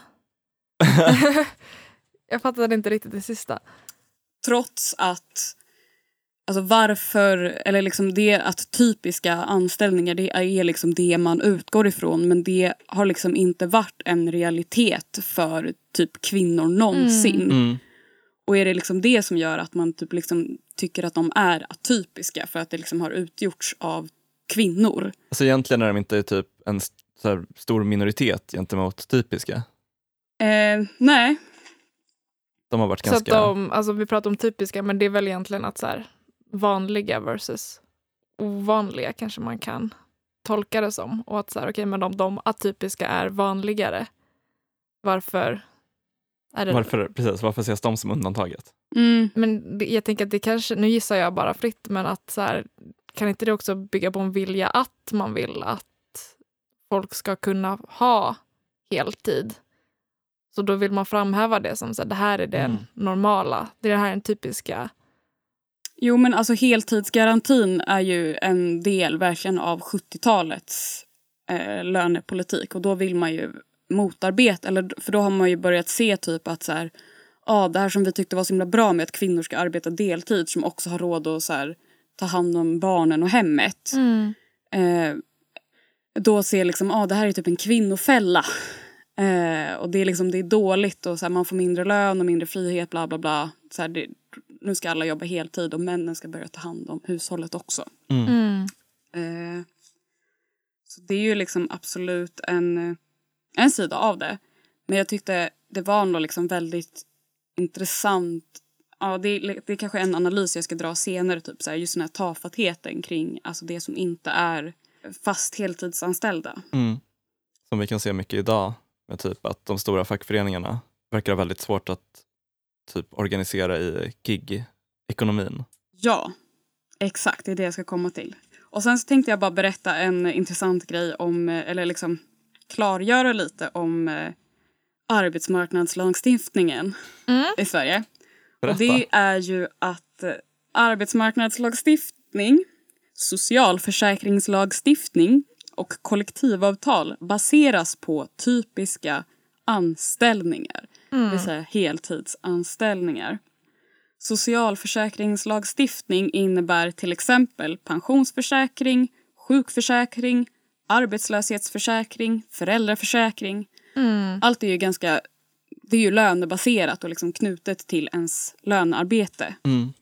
Jag fattade inte riktigt det sista. Trots att varför, eller liksom det att typiska anställningar, det är liksom det man utgår ifrån, men det har liksom inte varit en realitet för typ kvinnor någonsin. Och är det liksom det som gör att man typ liksom tycker att de är atypiska, för att det liksom har utgjorts av kvinnor? Alltså egentligen är de inte typ en så här stor minoritet gentemot typiska? Nej. De har varit så ganska... att vi pratar om typiska, men det är väl egentligen att så här, vanliga versus ovanliga kanske man kan tolka det som. Och att så här, okej, men om de atypiska är vanligare, varför är det... Varför ses de som undantaget? Men jag tänker att det kanske, nu gissar jag bara fritt, men att så här, kan inte det också bygga på en vilja att man vill att folk ska kunna ha heltid? Så då vill man framhäva det som så här, det här är det normala, det här är den typiska. Jo, men alltså heltidsgarantin är ju en del verkligen av 70-talets lönepolitik. Och då vill man ju motarbeta, eller för då har man ju börjat se typ att så här, det här som vi tyckte var så himla bra med att kvinnor ska arbeta deltid, som också har råd att så här, ta hand om barnen och hemmet. Då ser liksom, det här är typ en kvinnofälla. Och det är liksom, det är dåligt och så här, man får mindre lön och mindre frihet, bla bla bla. Så här, nu ska alla jobba heltid och männen ska börja ta hand om hushållet också. Så det är ju liksom absolut en sida av det. Men jag tyckte det var nog liksom väldigt intressant. Ja, det är kanske en analys jag ska dra senare, typ så här, just den här tafattheten kring alltså det som inte är fast heltidsanställda. Som vi kan se mycket idag, med typ att de stora fackföreningarna verkar väldigt svårt att typ organisera i gig-ekonomin. Ja, exakt, det är det jag ska komma till. Och sen så tänkte jag bara berätta en intressant grej om, eller liksom klargöra lite om arbetsmarknadslagstiftningen i Sverige. Berätta. Och det är ju att arbetsmarknadslagstiftning, socialförsäkringslagstiftning och kollektivavtal baseras på typiska anställningar. Det vill säga heltidsanställningar. Socialförsäkringslagstiftning innebär till exempel pensionsförsäkring, sjukförsäkring, arbetslöshetsförsäkring, föräldraförsäkring. Allt är ju det är ju lönebaserat och liksom knutet till ens lönearbete.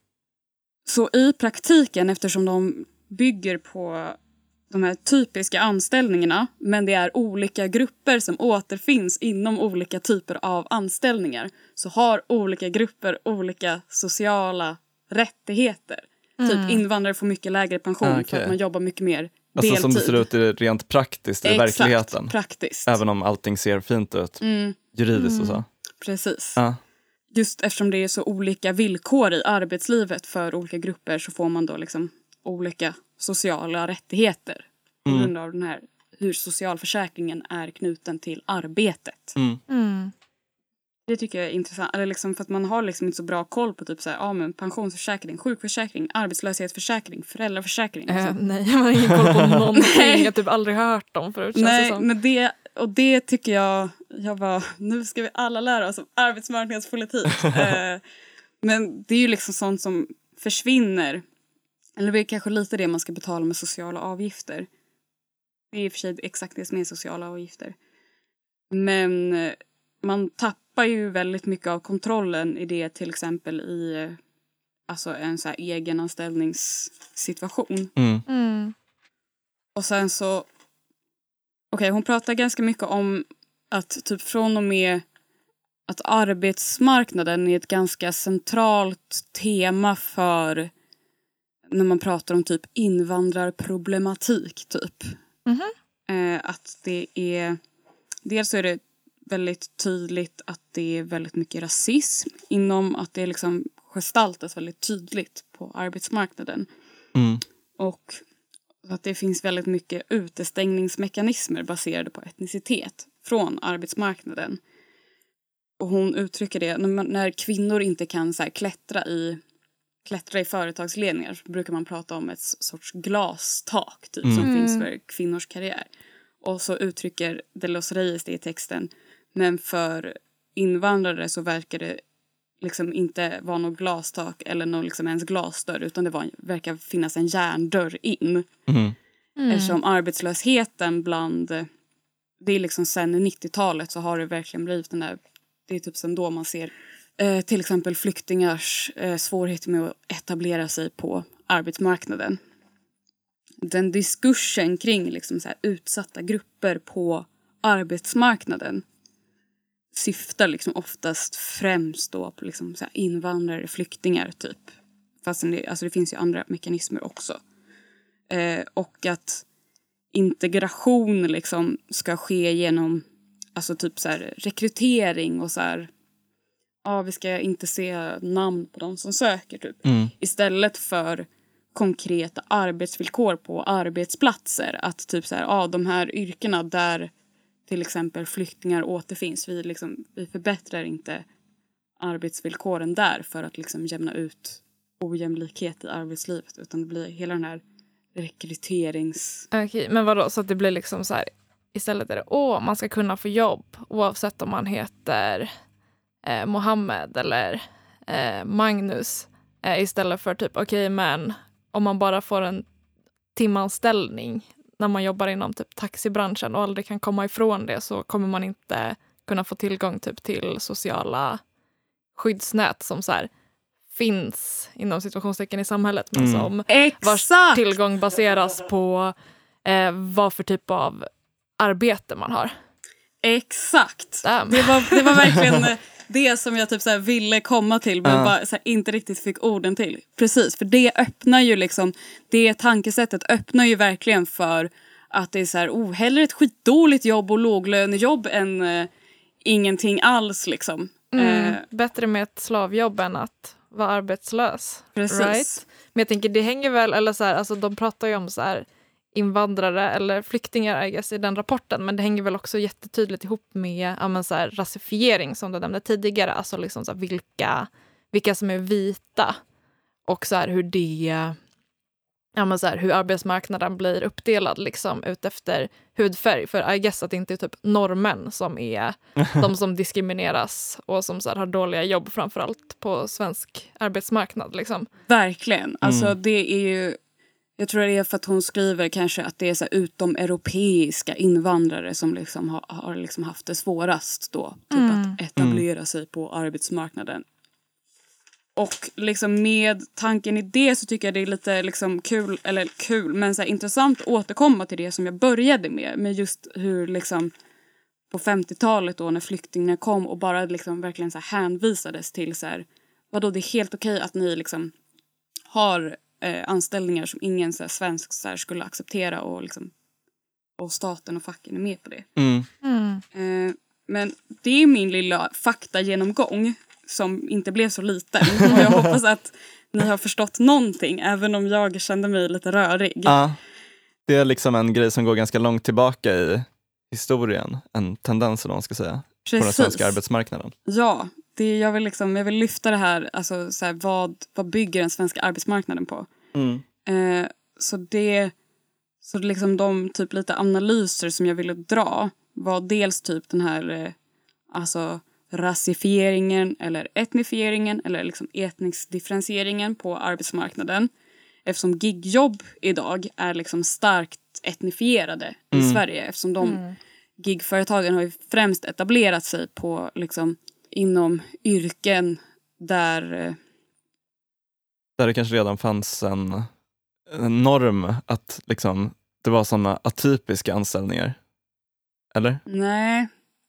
Så i praktiken, eftersom de bygger på de här typiska anställningarna, men det är olika grupper som återfinns inom olika typer av anställningar, så har olika grupper olika sociala rättigheter. Typ invandrare får mycket lägre pension för att man jobbar mycket mer deltid. Alltså som det ser ut rent praktiskt i verkligheten. Praktiskt. Även om allting ser fint ut juridiskt och så. Precis. Just eftersom det är så olika villkor i arbetslivet för olika grupper, så får man då liksom olika sociala rättigheter på grund av den här, hur socialförsäkringen är knuten till arbetet. Det tycker jag är intressant, eller liksom för att man har liksom inte så bra koll på typ så här, men pensionsförsäkring, sjukförsäkring, arbetslöshetsförsäkring, föräldraförsäkring. Nej, man har ingen koll på någonting. Jag typ aldrig hört dem förut. Nej, men det tycker jag var, nu ska vi alla lära oss om arbetsmarknadspolitik. Men det är ju liksom sånt som försvinner. Eller det är kanske lite det man ska betala med sociala avgifter. Det är i och för sig exakt det som är sociala avgifter. Men man tappar ju väldigt mycket av kontrollen i det, till exempel i alltså en så här egenanställningssituation. Och sen så hon pratar ganska mycket om att typ från och med att arbetsmarknaden är ett ganska centralt tema för när man pratar om typ invandrarproblematik typ. Att det är, dels så är det väldigt tydligt att det är väldigt mycket rasism inom, att det liksom gestaltas väldigt tydligt på arbetsmarknaden. Och att det finns väldigt mycket utestängningsmekanismer baserade på etnicitet från arbetsmarknaden. Och hon uttrycker det, när kvinnor inte kan så här, klättra i företagsledningar, så brukar man prata om ett sorts glastak typ, som finns för kvinnors karriär. Och så uttrycker Delos Reyes det i texten. Men för invandrare så verkar det liksom inte vara något glastak eller någon liksom ens glasdörr, utan det verkar finnas en järndörr in. Eftersom arbetslösheten det är liksom sen 90-talet så har det verkligen blivit den där, det är typ sen då man ser till exempel flyktingars svårighet med att etablera sig på arbetsmarknaden. Den diskursen kring liksom så här utsatta grupper på arbetsmarknaden syftar liksom oftast främst då på liksom så här invandrare, flyktingar typ. Fast det finns ju andra mekanismer också. Och att integration liksom ska ske genom alltså typ så här rekrytering och så här, vi ska inte se namn på de som söker typ. Istället för konkreta arbetsvillkor på arbetsplatser. Att typ så här, de här yrkena där till exempel flyktingar återfinns. Vi förbättrar inte arbetsvillkoren där för att liksom jämna ut ojämlikhet i arbetslivet. Utan det blir hela den här rekryterings... Okej, men vadå? Så att det blir liksom så här istället är det man ska kunna få jobb oavsett om man heter Mohammed eller Magnus. Istället för typ, men om man bara får en timanställning när man jobbar inom typ taxibranschen och aldrig kan komma ifrån det, så kommer man inte kunna få tillgång typ till sociala skyddsnät som så här finns inom situationstecken i samhället, men som vars tillgång baseras på vad för typ av arbete man har. Exakt. Det var verkligen det som jag typ så här ville komma till, men bara så här inte riktigt fick orden till. Precis, för det öppnar ju liksom, det tankesättet öppnar ju verkligen för att det är så här, hellre ett skitdåligt jobb och låglönejobb än ingenting alls liksom. Bättre med ett slavjobb än att vara arbetslös. Precis. Right? Men jag tänker, det hänger väl, eller så här, alltså de pratar ju om så här invandrare eller flyktingar I guess, i den rapporten, men det hänger väl också jättetydligt ihop med så här, rasifiering som du nämnde tidigare, alltså liksom så här, vilka som är vita och så här, hur det så här, hur arbetsmarknaden blir uppdelad liksom ut efter hudfärg, för I guess att det inte är typ norrmän som är de som diskrimineras och som så här, har dåliga jobb framförallt på svensk arbetsmarknad liksom. Verkligen, alltså det är ju, jag tror det är för att hon skriver kanske att det är så här utomeuropeiska invandrare som liksom har liksom haft det svårast då. Typ att etablera sig på arbetsmarknaden. Och liksom med tanken i det så tycker jag det är lite liksom kul men så här intressant att återkomma till det som jag började med just hur liksom på 50-talet då när flyktingarna kom och bara liksom verkligen så här hänvisades till så här, vadå, det är helt okej att ni liksom har anställningar som ingen så här, svensk så här, skulle acceptera och liksom och staten och facken är med på det. Men det är min lilla faktagenomgång som inte blev så liten. Och jag hoppas att ni har förstått någonting, även om jag kände mig lite rörig. Ja, det är liksom en grej som går ganska långt tillbaka i historien. En tendens, eller vad man ska säga, på den svenska arbetsmarknaden. Ja, jag vill lyfta det här, alltså, så här vad bygger den svenska arbetsmarknaden på? Så liksom de typ lite analyser som jag ville dra var dels typ den här alltså rasifieringen eller etnifieringen eller liksom etnisk differentieringen på arbetsmarknaden. Eftersom gigjobb idag är liksom starkt etnifierade i Sverige, eftersom de gigföretagen har ju främst etablerat sig på liksom inom yrken där det kanske redan fanns en norm att liksom det var sådana atypiska anställningar. Eller? Nej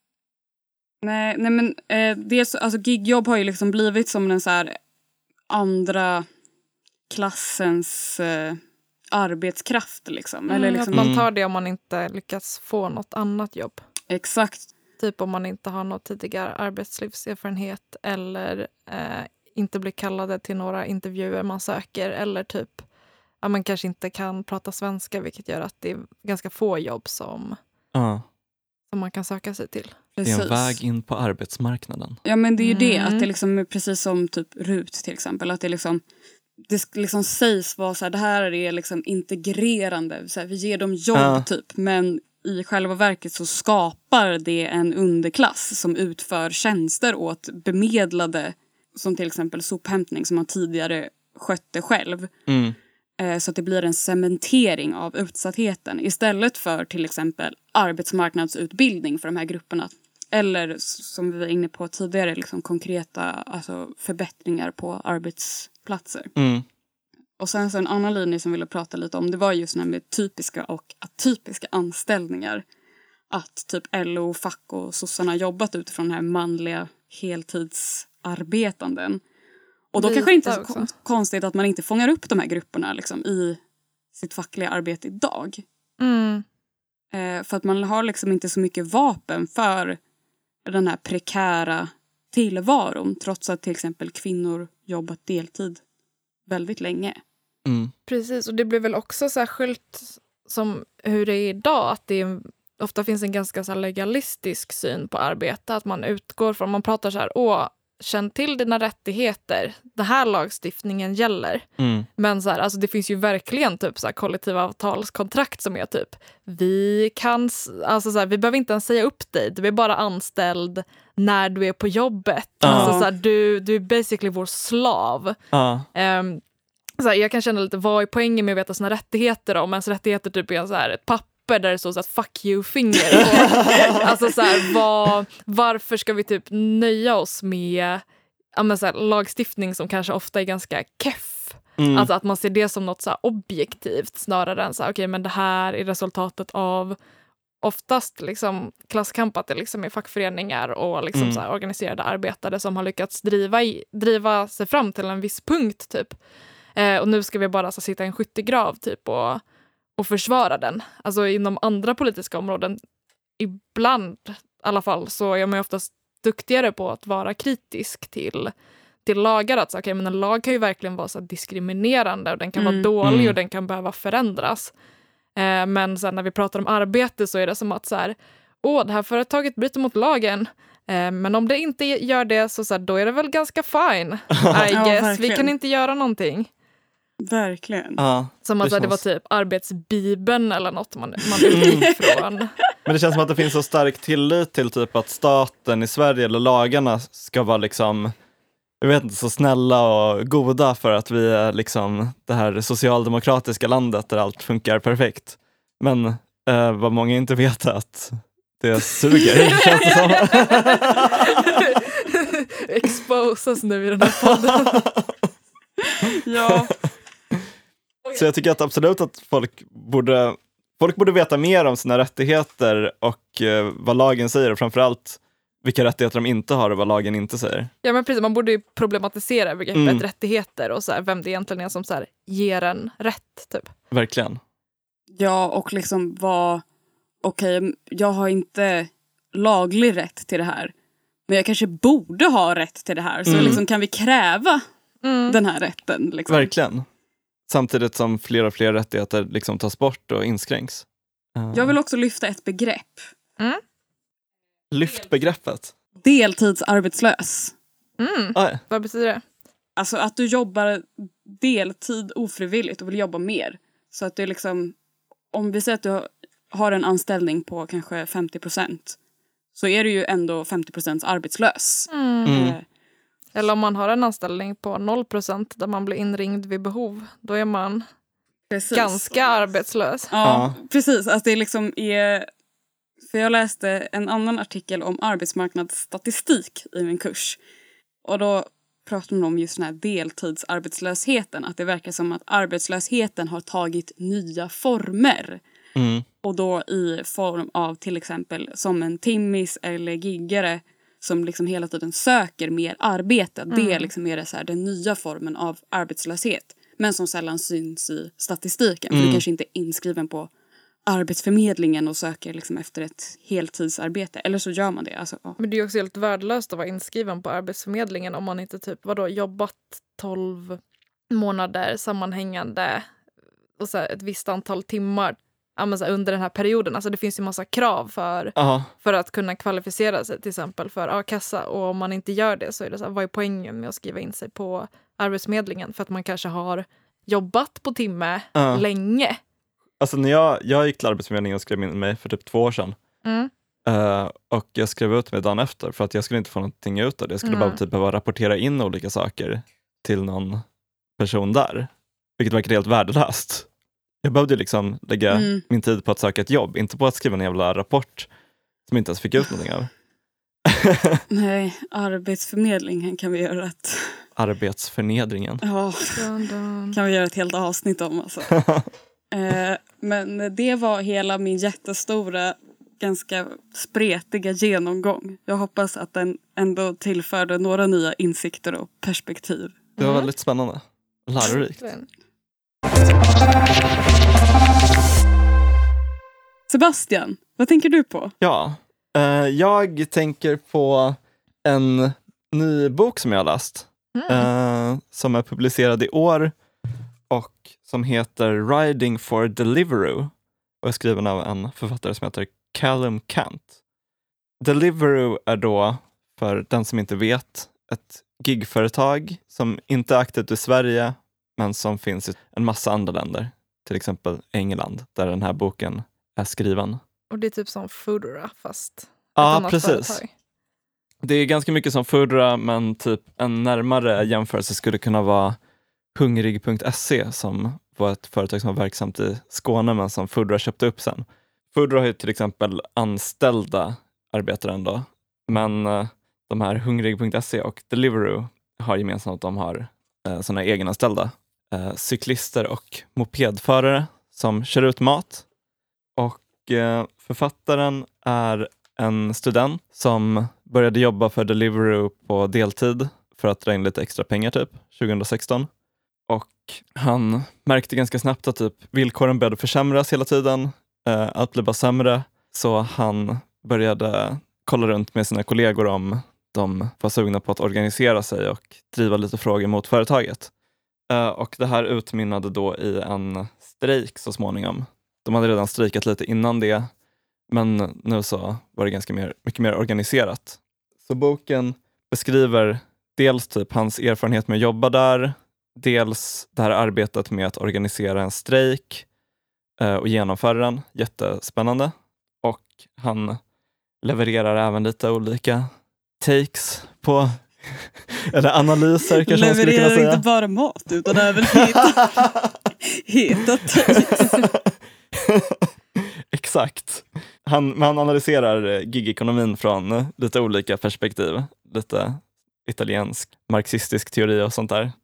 men alltså gigjobb har ju liksom blivit som en så här andra klassens arbetskraft liksom. Eller liksom man tar det om man inte lyckas få något annat jobb. Exakt. Typ om man inte har något tidigare arbetslivserfarenhet eller inte blir kallade till några intervjuer man söker, eller typ man kanske inte kan prata svenska, vilket gör att det är ganska få jobb som man kan söka sig till. Precis. Det är en väg in på arbetsmarknaden. Ja, men det är ju det, att det liksom är precis som typ RUT till exempel, att det liksom sägs vara så här, det här är liksom integrerande, så här, vi ger dem jobb typ, men i själva verket så skapar det en underklass som utför tjänster åt bemedlade, som till exempel sophämtning som man tidigare skötte själv. Så att det blir en cementering av utsattheten istället för till exempel arbetsmarknadsutbildning för de här grupperna. Eller som vi var inne på tidigare, liksom konkreta alltså förbättringar på arbetsplatser. Och sen så en annan linje som vi ville prata lite om, det var just det med typiska och atypiska anställningar. Att typ LO, fack och sossarna jobbat utifrån den här manliga heltidsarbetanden. Och då kanske det inte är så konstigt att man inte fångar upp de här grupperna liksom, i sitt fackliga arbete idag. För att man har liksom inte så mycket vapen för den här prekära tillvaron, trots att till exempel kvinnor jobbat deltid väldigt länge. Precis, och det blir väl också särskilt som hur det är idag, att det ofta finns en ganska så här legalistisk syn på arbete, att man utgår från, man pratar så här, känn till dina rättigheter. Den här lagstiftningen gäller. Men så här, alltså det finns ju verkligen typ så här kollektivavtalskontrakt som är typ vi behöver inte ens säga upp dig. Du är bara anställd när du är på jobbet. Alltså så här, du är basically vår slav. Så här, jag kan känna lite, vad är poängen med att veta sina rättigheter om? Ens rättigheter typ är så här, ett papper där det står så att fuck you-finger. Alltså så här, varför ska vi typ nöja oss med så här, lagstiftning som kanske ofta är ganska keff? Alltså att man ser det som något så här objektivt snarare än så här, okej, men det här är resultatet av oftast liksom klasskamp, att det liksom är fackföreningar och liksom så här, organiserade arbetare som har lyckats driva sig fram till en viss punkt typ. Och nu ska vi bara så sitta i en skyttegrav typ och försvara den. Alltså inom andra politiska områden, ibland i alla fall, så är man ju oftast duktigare på att vara kritisk till lagar. Att okej, men en lag kan ju verkligen vara så diskriminerande och den kan vara dålig och den kan behöva förändras. Men sen när vi pratar om arbete så är det som att så här, det här företaget bryter mot lagen. Men om det inte gör det så här, då är det väl ganska fine. I guess. Vi kan inte göra någonting. Verkligen. Som att det var typ arbetsbibeln eller något man utgick från. Men det känns som att det finns så stark tillit till typ att staten i Sverige eller lagarna ska vara liksom, jag vet inte, så snälla och goda för att vi är liksom det här socialdemokratiska landet där allt funkar perfekt. Men vad många inte vet är att det suger, känns det som. Exposas nu i den här podden. Ja. Så jag tycker att absolut att folk borde veta mer om sina rättigheter och vad lagen säger, och framförallt vilka rättigheter de inte har och vad lagen inte säger. Ja, men precis, man borde ju problematisera begreppet rättigheter och så här, vem det egentligen är som så här, ger en rätt typ. Verkligen. Ja, och liksom okej, jag har inte laglig rätt till det här, men jag kanske borde ha rätt till det här, så liksom kan vi kräva den här rätten. Liksom. Verkligen. Samtidigt som fler och fler rättigheter liksom tas bort och inskränks. Jag vill också lyfta ett begrepp. Lyft begreppet. Deltidsarbetslös. Vad betyder det? Alltså att du jobbar deltid ofrivilligt och vill jobba mer. Så att du liksom, om vi säger att du har en anställning på kanske 50%, så är du ju ändå 50% arbetslös. Eller om man har en anställning på 0% där man blir inringd vid behov, då är man ganska arbetslös. Ja, precis. Alltså det liksom är, för jag läste en annan artikel om arbetsmarknadsstatistik i min kurs. Och då pratar man om just den här deltidsarbetslösheten. Att det verkar som att arbetslösheten har tagit nya former. Och då i form av till exempel som en timmis eller giggare som liksom hela tiden söker mer arbete. Det liksom är det så här, den nya formen av arbetslöshet. Men som sällan syns i statistiken. För du kanske inte är inskriven på Arbetsförmedlingen och söker liksom efter ett heltidsarbete. Eller så gör man det. Alltså, ja. Men det är ju också helt värdelöst att vara inskriven på Arbetsförmedlingen om man inte typ, jobbat 12 månader sammanhängande och så här, ett visst antal timmar under den här perioden. Alltså det finns ju massa krav för att kunna kvalificera sig till exempel för a-kassa, och om man inte gör det så är det så här, vad är poängen med att skriva in sig på Arbetsförmedlingen? För att man kanske har jobbat på timme länge. Alltså när jag gick till Arbetsförmedlingen och skrev in mig för typ 2 år sedan. Och jag skrev ut mig dagen efter för att jag skulle inte få någonting ut av det. Jag skulle bara typ behöva rapportera in olika saker till någon person där. Vilket verkar helt värdelöst. Jag behövde liksom lägga min tid på att söka ett jobb, inte på att skriva en jävla rapport som inte ens fick ut någonting av. Nej, Arbetsförmedlingen kan vi göra ett... Arbetsförnedringen. Ja, kan vi göra ett helt avsnitt om alltså. Men det var hela min jättestora, ganska spretiga genomgång. Jag hoppas att den ändå tillförde några nya insikter och perspektiv. Det var väldigt spännande. Lärorikt. Sebastian, vad tänker du på? Ja, jag tänker på en ny bok som jag har läst. Som är publicerad i år och som heter Riding for Deliveroo och är skriven av en författare som heter Callum Kant. Deliveroo är då, för den som inte vet, ett gigföretag som inte är aktivt i Sverige men som finns i en massa andra länder. Till exempel England, där den här boken är skriven. Och det är typ som Foodora fast ett Ja, annat precis. företag. Det är ganska mycket som Foodora, men typ en närmare jämförelse skulle kunna vara Hungrig.se som var ett företag som var verksamt i Skåne men som Foodora köpte upp sen. Foodora har ju till exempel anställda arbetare ändå, men de här Hungrig.se och Deliveroo har gemensamt att de har sådana egenanställda cyklister och mopedförare som kör ut mat. Och författaren är en student som började jobba för Deliveroo på deltid för att dra in lite extra pengar typ 2016. Och han märkte ganska snabbt att typ villkoren började försämras hela tiden. Allt blev bara sämre. Så han började kolla runt med sina kollegor om de var sugna på att organisera sig och driva lite frågor mot företaget. Och det här utmynnade då i en strejk så småningom. De hade redan strejkat lite innan det, men nu så var det ganska mycket mer organiserat. Så boken beskriver dels typ hans erfarenhet med att jobba där, dels det här arbetet med att organisera en strejk och genomföra den. Jättespännande. Och han levererar även lite olika takes på eller analyser kanske man skulle kunna säga. Levererar inte bara mat utan även heta takes. Exakt. Han analyserar gigekonomin från lite olika perspektiv. Lite italiensk marxistisk teori och sånt där.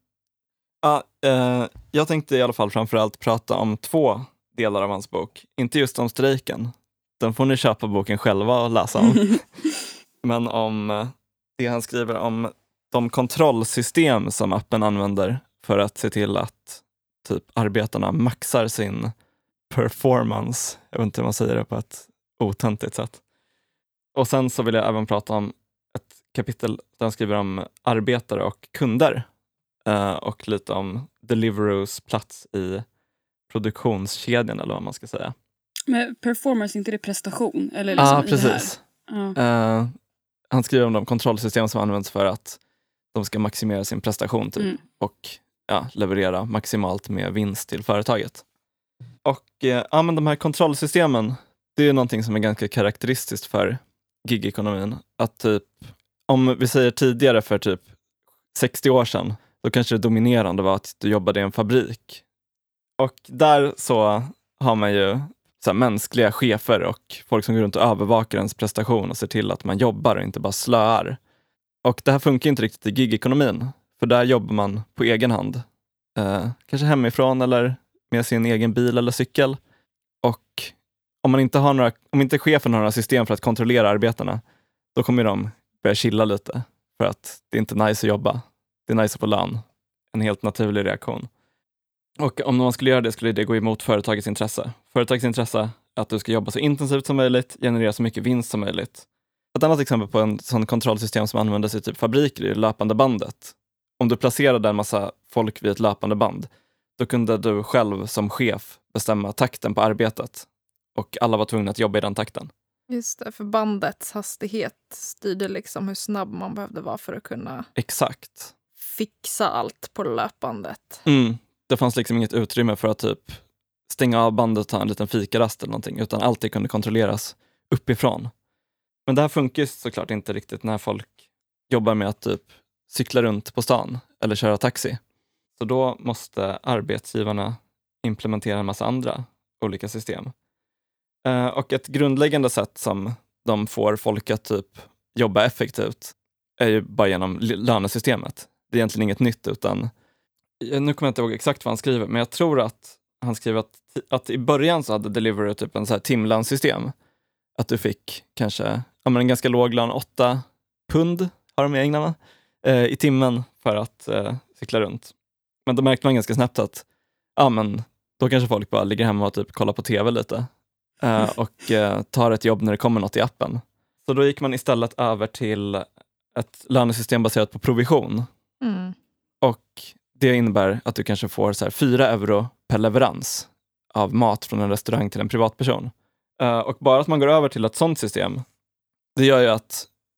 Jag tänkte i alla fall framförallt prata om 2 delar av hans bok. Inte just om strejken. Den får ni köpa boken själva och läsa om. Men om det han skriver om de kontrollsystem som appen använder för att se till att typ arbetarna maxar sin performance. Jag vet inte hur man säger det på ett otöntigt sätt. Och sen så vill jag även prata om ett kapitel där han skriver om arbetare och kunder. Och lite om Deliveroos plats i produktionskedjan eller vad man ska säga. Men performance, inte det prestation? Eller liksom Ja, precis. Han skriver om de kontrollsystem som används för att de ska maximera sin prestation typ. Och leverera maximalt med vinst till företaget. Och men de här kontrollsystemen, det är någonting som är ganska karaktäristiskt för gigekonomin. Att typ, om vi säger tidigare för typ 60 år sedan, då kanske det dominerande var att du jobbade i en fabrik. Och där så har man ju så här mänskliga chefer och folk som går runt och övervakar ens prestation och ser till att man jobbar och inte bara slöar. Och det här funkar inte riktigt i gigekonomin, för där jobbar man på egen hand. Kanske hemifrån eller med sin egen bil eller cykel. Och om inte chefen har några system för att kontrollera arbetarna, då kommer de börja chilla lite. För att det är inte nice att jobba. Det är nice att få lön. En helt naturlig reaktion. Och om man skulle göra det skulle det gå emot företagets intresse. Företagets intresse är att du ska jobba så intensivt som möjligt, generera så mycket vinst som möjligt. Ett annat exempel på en sån kontrollsystem som användes i typ fabriker är löpande bandet. Om du placerade en massa folk vid ett löpande band, då kunde du själv som chef bestämma takten på arbetet. Och alla var tvungna att jobba i den takten. Just det, för bandets hastighet styrde liksom hur snabb man behövde vara för att kunna Exakt. fixa allt på löpandet. Det fanns liksom inget utrymme för att typ stänga av bandet och ta en liten fikarast eller någonting, utan allt det kunde kontrolleras uppifrån. Men det här funkar såklart inte riktigt när folk jobbar med att typ cykla runt på stan eller köra taxi. Så då måste arbetsgivarna implementera en massa andra olika system. Och ett grundläggande sätt som de får folk att typ jobba effektivt är ju bara genom lönesystemet. Det är egentligen inget nytt, utan nu kommer jag inte ihåg exakt vad han skriver, men jag tror att han skriver att i början så hade Deliveroo typ en så här timlönssystem. Att du fick kanske en ganska låg lön, 8 pund har de i England i timmen för att cykla runt. Men då märkte man ganska snabbt att då kanske folk bara ligger hemma och typ kollar på tv lite och tar ett jobb när det kommer något i appen. Så då gick man istället över till ett lönesystem baserat på provision. Och det innebär att du kanske får så här 4 euro per leverans av mat från en restaurang till en privatperson. Och bara att man går över till ett sånt system, det gör ju att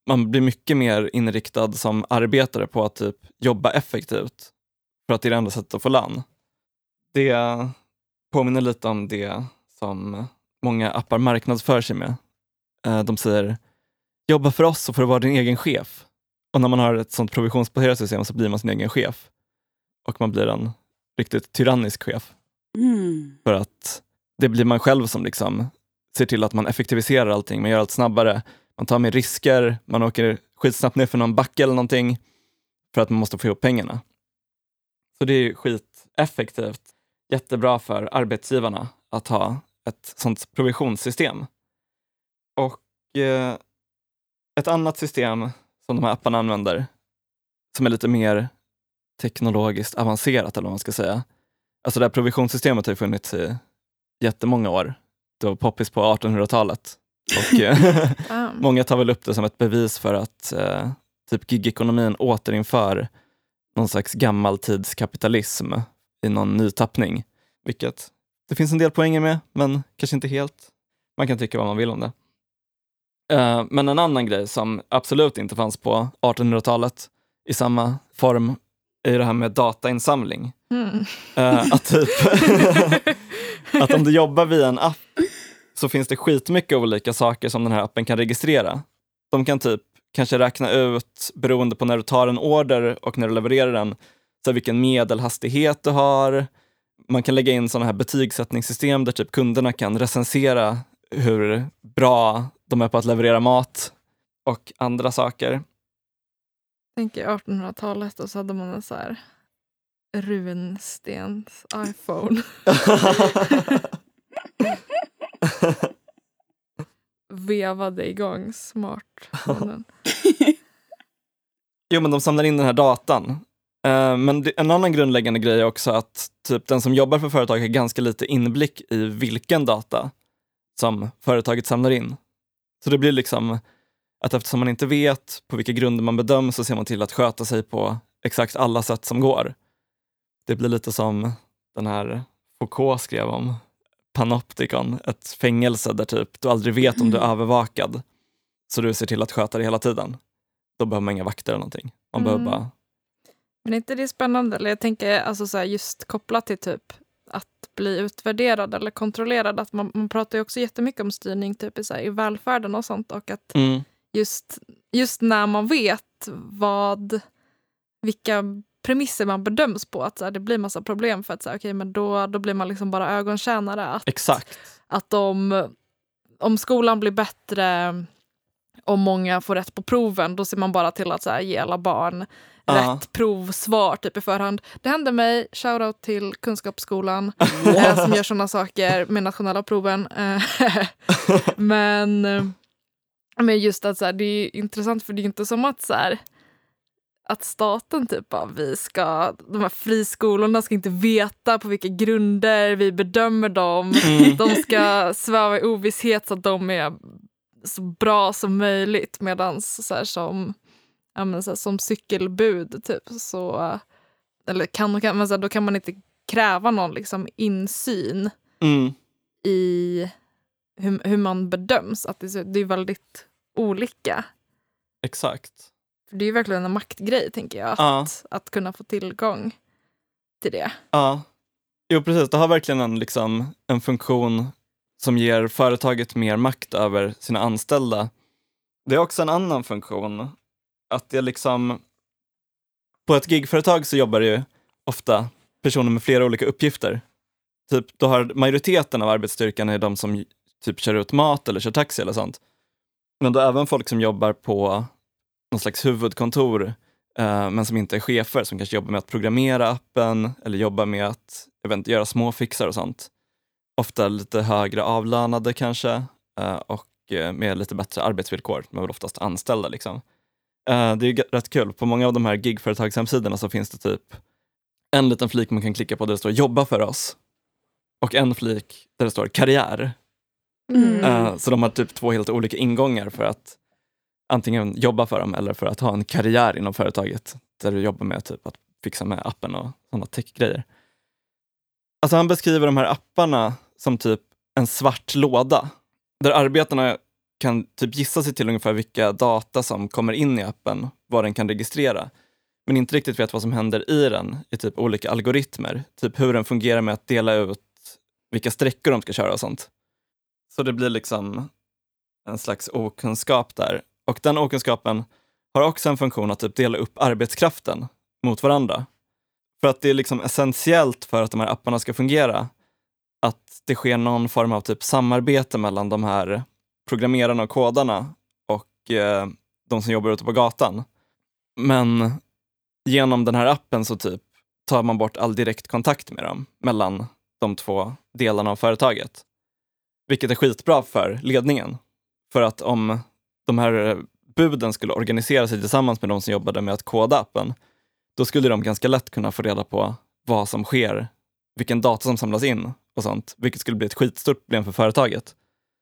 man blir mycket mer inriktad som arbetare på att typ jobba effektivt för att det är det enda sättet att få lön. Det påminner lite om det som många appar marknadsför sig med. De säger, jobba för oss så får du vara din egen chef. Och när man har ett sånt provisionsbaserat system så blir man sin egen chef. Och man blir en riktigt tyrannisk chef. För att det blir man själv som liksom ser till att man effektiviserar allting. Man gör allt snabbare. Man tar med risker. Man åker skitsnabbt ner för någon backe eller någonting. För att man måste få ihop pengarna. Så det är skiteffektivt. Jättebra för arbetsgivarna att ha ett sånt provisionssystem. Och ett annat system som de här apparna använder, som är lite mer teknologiskt avancerat eller vad man ska säga. Alltså det här provisionssystemet har ju funnits i jättemånga år. Det var poppis på 1800-talet. Och många tar väl upp det som ett bevis för att typ gigekonomin återinför någon slags gammaltidskapitalism i någon ny tappning. Vilket det finns en del poänger med, men kanske inte helt. Man kan tycka vad man vill om det. Men en annan grej som absolut inte fanns på 1800-talet i samma form är det här med datainsamling. Att typ att om du jobbar via en app så finns det skitmycket olika saker som den här appen kan registrera. De kan typ kanske räkna ut, beroende på när du tar en order och när du levererar den, så vilken medelhastighet du har. Man kan lägga in sådana här betygssättningssystem där typ kunderna kan recensera hur bra de är på att leverera mat och andra saker. Tänker 1800-talet och så hade man en så här runstens iPhone. Vevade igång smart. Jo, men de samlar in den här datan. Men en annan grundläggande grej är också att typ den som jobbar för företag har ganska lite inblick i vilken data som företaget samlar in. Så det blir liksom att eftersom man inte vet på vilka grunder man bedöms så ser man till att sköta sig på exakt alla sätt som går. Det blir lite som den här Foucault skrev om Panopticon, ett fängelse där typ du aldrig vet om du är övervakad. Så du ser till att sköta det hela tiden. Då behöver man inga vakter eller någonting. Man behöver bara... Men är inte det spännande? Eller jag tänker alltså så här, just kopplat till typ att bli utvärderad eller kontrollerad. Att man pratar ju också jättemycket om styrning typ i välfärden och sånt. Och att just när man vet vilka premisser man bedöms på, att så här, det blir massa problem för att så här, okej, men då blir man liksom bara ögontjänare. Exakt. Att om skolan blir bättre, om många får rätt på proven, då ser man bara till att så här, ge alla barn rätt provsvar typ i förhand. Det hände mig, shoutout till Kunskapsskolan som gör sådana saker med nationella proven. men just att så här, det är intressant, för det är inte som att så här, att staten typ de här friskolorna ska inte veta på vilka grunder vi bedömer dem. De ska sväva i ovisshet så att de är så bra som möjligt, medan så här, som cykelbud typ så, eller men så här, då kan man inte kräva någon liksom insyn i hur man bedöms, att det är väldigt olika. Exakt. För det är ju verkligen en maktgrej, tänker jag, att kunna få tillgång till det. Ja, jo precis, det har verkligen en funktion som ger företaget mer makt över sina anställda. Det är också en annan funktion, att det liksom, på ett gigföretag så jobbar ju ofta personer med flera olika uppgifter. Typ, då har majoriteten av arbetsstyrkan är de som typ kör ut mat eller kör taxi eller sånt. Men då även folk som jobbar på någon slags huvudkontor, men som inte är chefer, som kanske jobbar med att programmera appen eller jobbar med att göra små fixar och sånt. Ofta lite högre avlönade kanske, och med lite bättre arbetsvillkor. De är väl oftast anställda liksom. Det är ju rätt kul. På många av de här gigföretagshemsidorna så finns det typ en liten flik man kan klicka på där det står jobba för oss. Och en flik där det står karriär. Så de har typ 2 helt olika ingångar för att antingen jobba för dem eller för att ha en karriär inom företaget. Där du jobbar med typ att fixa med appen och sådana techgrejer. Alltså han beskriver de här apparna som typ en svart låda. Där arbetarna kan typ gissa sig till ungefär vilka data som kommer in i appen, vad den kan registrera. Men inte riktigt vet vad som händer i den i typ olika algoritmer. Typ hur den fungerar med att dela ut vilka sträckor de ska köra och sånt. Så det blir liksom en slags okunskap där. Och den okunskapen har också en funktion att typ dela upp arbetskraften mot varandra. För att det är liksom essentiellt för att de här apparna ska fungera att det sker någon form av typ samarbete mellan de här programmerarna och kodarna och de som jobbar ute på gatan. Men genom den här appen så typ tar man bort all direkt kontakt med dem mellan de två delarna av företaget. Vilket är skitbra för ledningen. För att om de här buden skulle organisera sig tillsammans med de som jobbade med att koda appen, då skulle de ganska lätt kunna få reda på vad som sker, vilken data som samlas in och sånt, vilket skulle bli ett skitstort problem för företaget.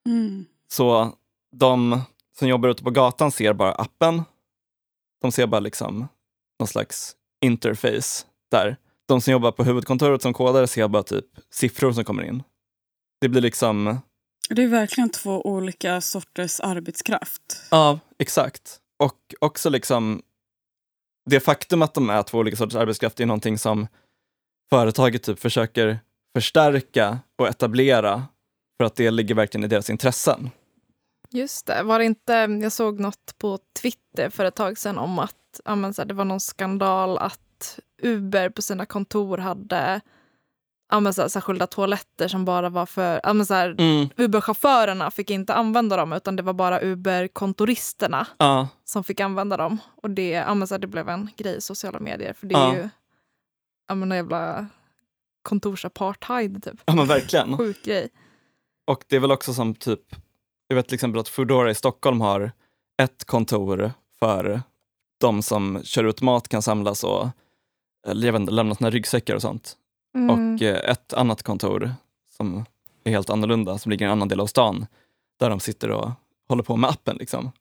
Så de som jobbar ute på gatan ser bara appen. De ser bara liksom någon slags interface där. De som jobbar på huvudkontoret som kodare ser bara typ siffror som kommer in. Det blir liksom... Det är verkligen två olika sorters arbetskraft. Ja, exakt. Och också liksom det faktum att de är två olika sorters arbetskraft är någonting som företaget typ försöker förstärka och etablera för att det ligger verkligen i deras intressen. Just det, var det inte, jag såg något på Twitter för ett tag sedan om att det var någon skandal att Uber på sina kontor hade särskilda toaletter som bara var för Uber-chaufförerna fick inte använda dem, utan det var bara Uber-kontoristerna som fick använda dem. Och det blev en grej i sociala medier, för det är ju en jävla kontorsapartheid typ. Ja, men verkligen. Sjuk grej. Och det är väl också som typ, jag vet till exempel att Foodora i Stockholm har ett kontor för de som kör ut mat kan samlas och lämna sina ryggsäckar och sånt. Och ett annat kontor som är helt annorlunda, som ligger i en annan del av stan, där de sitter och håller på med appen liksom.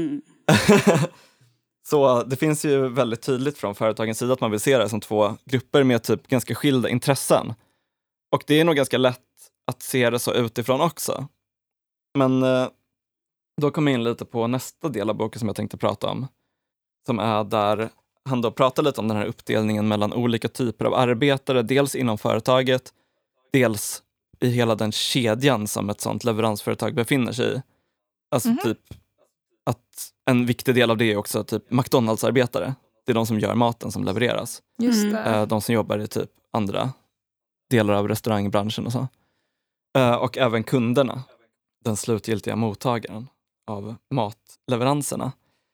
Så det finns ju väldigt tydligt från företagens sida att man vill se det som två grupper med typ ganska skilda intressen. Och det är nog ganska lätt att se det så utifrån också. Men då kommer jag in lite på nästa del av boken som jag tänkte prata om. Som är där han då pratar lite om den här uppdelningen mellan olika typer av arbetare, dels inom företaget, dels i hela den kedjan som ett sånt leveransföretag befinner sig i. Alltså typ att en viktig del av det är också typ McDonalds-arbetare. Det är de som gör maten som levereras. Just det. De som jobbar i typ andra delar av restaurangbranschen och så. Och även kunderna, den slutgiltiga mottagaren av matleveranserna.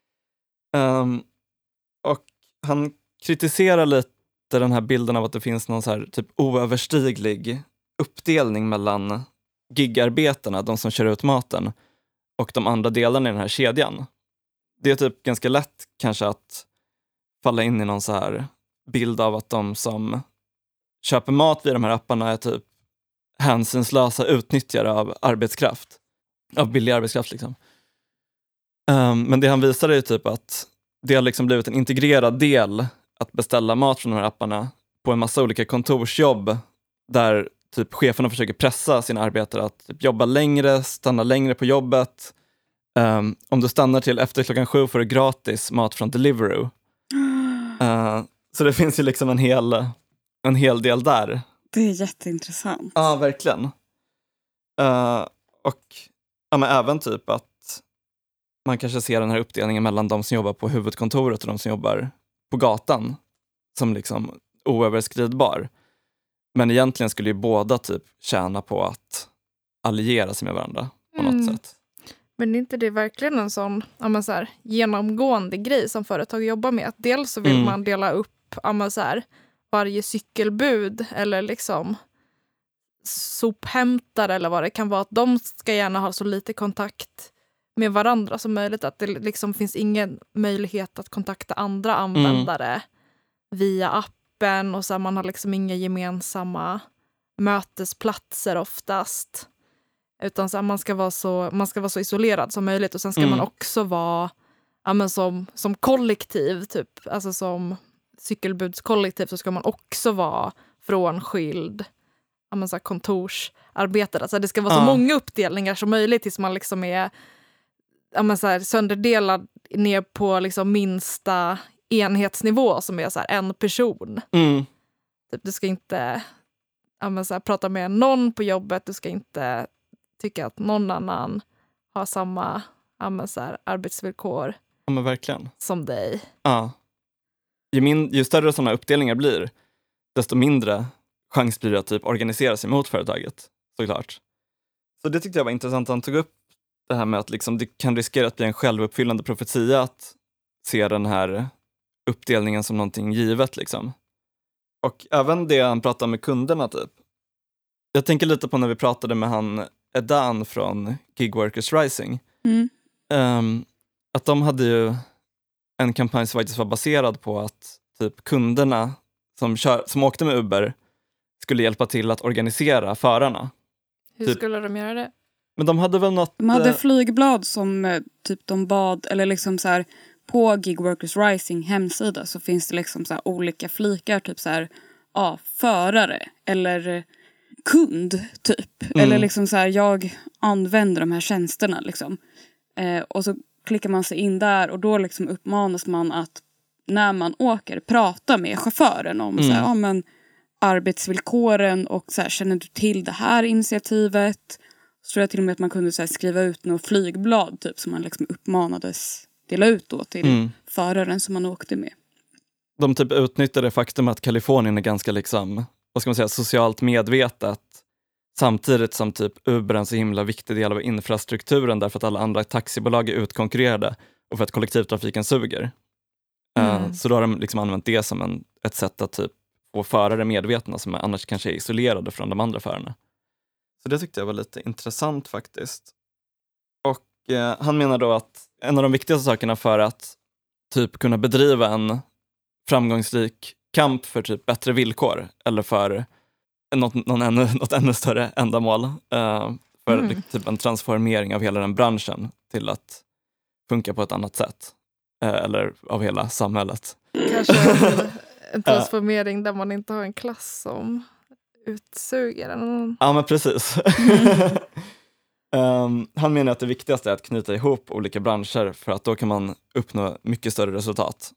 Och han kritiserar lite den här bilden av att det finns någon så här typ oöverstiglig uppdelning mellan gigarbetarna, de som kör ut maten, och de andra delarna i den här kedjan. Det är typ ganska lätt kanske att falla in i någon så här bild av att de som köper mat via de här apparna är typ hänsynslösa utnyttjare av arbetskraft. Av billig arbetskraft liksom. Men det han visar är ju typ att det har liksom blivit en integrerad del att beställa mat från de här apparna på en massa olika kontorsjobb där typ cheferna försöker pressa sina arbetare att typ jobba längre, stanna längre på jobbet. Om du stannar till efter 7:00 får du gratis mat från Deliveroo. Så det finns ju liksom en hel del där. Det är jätteintressant. Ja, verkligen. Och men även typ att man kanske ser den här uppdelningen mellan de som jobbar på huvudkontoret och de som jobbar på gatan som liksom oöverskridbar. Men egentligen skulle ju båda typ tjäna på att alliera sig med varandra på något sätt. Men är inte det verkligen en sån genomgående grej som företag jobbar med? Att dels så vill man dela upp varje cykelbud eller liksom sophämtare eller vad det kan vara. Att de ska gärna ha så lite kontakt med varandra som möjligt. Att det liksom finns ingen möjlighet att kontakta andra användare via appen. Och så man har liksom inga gemensamma mötesplatser oftast. Utan så man ska vara så isolerad som möjligt. Och sen ska man också vara som kollektiv, typ. Alltså som cykelbudskollektiv så ska man också vara frånskild kontorsarbetare. Alltså det ska vara så många uppdelningar som möjligt tills man liksom är så här, sönderdelad ner på liksom minsta enhetsnivå som är så här, en person. Typ, du ska inte så här, prata med någon på jobbet, du ska inte tycka att någon annan har samma så här, arbetsvillkor men verkligen. som dig. Ja. Ju större sådana uppdelningar blir, desto mindre chans blir det att typ organisera sig mot företaget, såklart. Så det tyckte jag var intressant. Han tog upp det här med att liksom, det kan riskera att bli en självuppfyllande profetia att se den här uppdelningen som någonting givet. Liksom. Och även det han pratar med kunderna typ. Jag tänker lite på när vi pratade med han Edan från Gig Workers Rising. Att de hade ju en kampanj som faktiskt var baserad på att typ kunderna som åkte med Uber skulle hjälpa till att organisera förarna. Hur typ, skulle de göra det? Men de hade väl något... De hade flygblad som typ de bad, eller liksom så här, på Gig Workers Rising hemsida så finns det liksom så här olika flikar, typ så här, förare eller kund typ. Eller liksom så här, jag använder de här tjänsterna liksom. Och så klickar man sig in där och då liksom uppmanas man att när man åker prata med chauffören om så här, men arbetsvillkoren och så här, känner du till det här initiativet? Så tror jag till och med att man kunde så här, skriva ut något flygblad typ som man liksom uppmanades dela ut då till föraren som man åkte med. De typ utnyttjade faktum att Kalifornien är ganska liksom, vad ska man säga, socialt medvetet samtidigt som typ Uber är en så himla viktig del av infrastrukturen därför att alla andra taxibolag är utkonkurrerade och för att kollektivtrafiken suger. Så då har de liksom använt det som ett sätt att typ få förare medvetna som annars kanske är isolerade från de andra förarna. Så det tyckte jag var lite intressant faktiskt. Och han menar då att en av de viktigaste sakerna för att typ kunna bedriva en framgångsrik kamp för typ bättre villkor eller för något ännu större ändamål för typ en transformering av hela den branschen till att funka på ett annat sätt. Eller av hela samhället. Kanske en transformering där man inte har en klass som utsuger eller någon. Ja, men precis. Han menar att det viktigaste är att knyta ihop olika branscher för att då kan man uppnå mycket större resultat.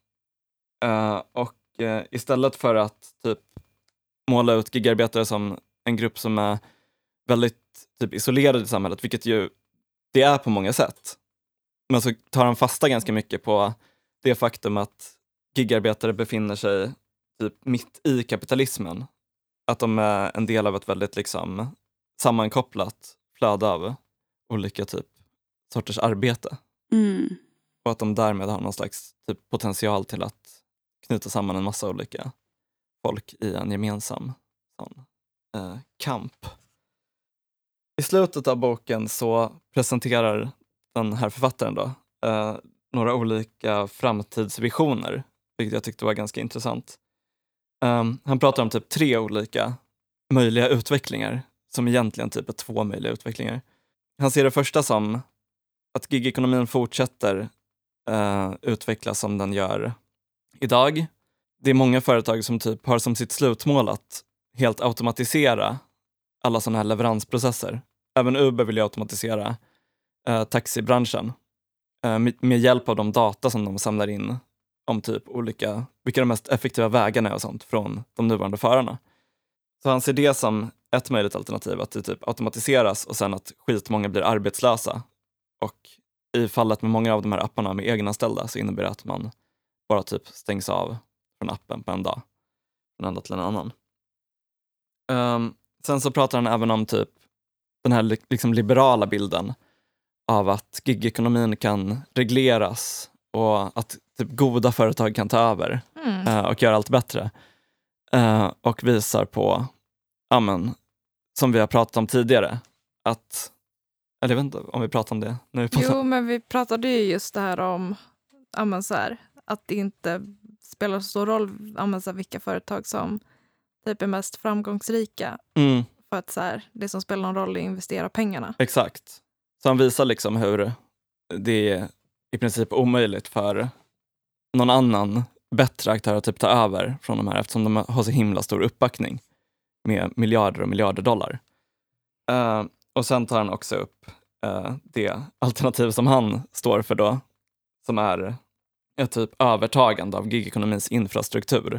Istället för att typ måla ut gigarbetare som en grupp som är väldigt typ isolerad i samhället, vilket ju det är på många sätt. Men så tar han fasta ganska mycket på det faktum att gigarbetare befinner sig typ mitt i kapitalismen. Att de är en del av ett väldigt liksom sammankopplat flöde av olika typ sorters arbete. Och att de därmed har någon slags typ potential till att knyta samman en massa olika folk i en gemensam sån, kamp. I slutet av boken så presenterar den här författaren då några olika framtidsvisioner, vilket jag tyckte var ganska intressant. Han pratar om typ 3 olika möjliga utvecklingar som egentligen typ är 2 möjliga utvecklingar. Han ser det första som att gigekonomin fortsätter utvecklas som den gör idag. Det är många företag som typ har som sitt slutmål att helt automatisera alla sådana här leveransprocesser. Även Uber vill ju automatisera taxibranschen med hjälp av de data som de samlar in om typ vilka de mest effektiva vägarna är och sånt från de nuvarande förarna. Så han ser det som ett möjligt alternativ, att det typ automatiseras och sen att skitmånga blir arbetslösa. Och i fallet med många av de här apparna med egenanställda så innebär det att man bara typ stängs av från appen på en dag. Från en dag till en annan. Sen så pratar han även om typ den här liksom liberala bilden av att gigekonomin kan regleras och att typ goda företag kan ta över och göra allt bättre. Och visar på, som vi har pratat om tidigare, att, eller jag vet inte om vi pratar om det nu. Jo, men vi pratade ju just det här om så här, att det inte spelar så stor roll så här, vilka företag som typ är mest framgångsrika. För att så här, det som spelar någon roll är att investera pengarna. Exakt. Så han visar liksom hur det är i princip omöjligt för någon annan bättre aktör att typ ta över från de här, eftersom de har så himla stor uppbackning med miljarder och miljarder dollar. Och sen tar han också upp det alternativ som han står för då, som är ett typ övertagande av gigekonomins infrastruktur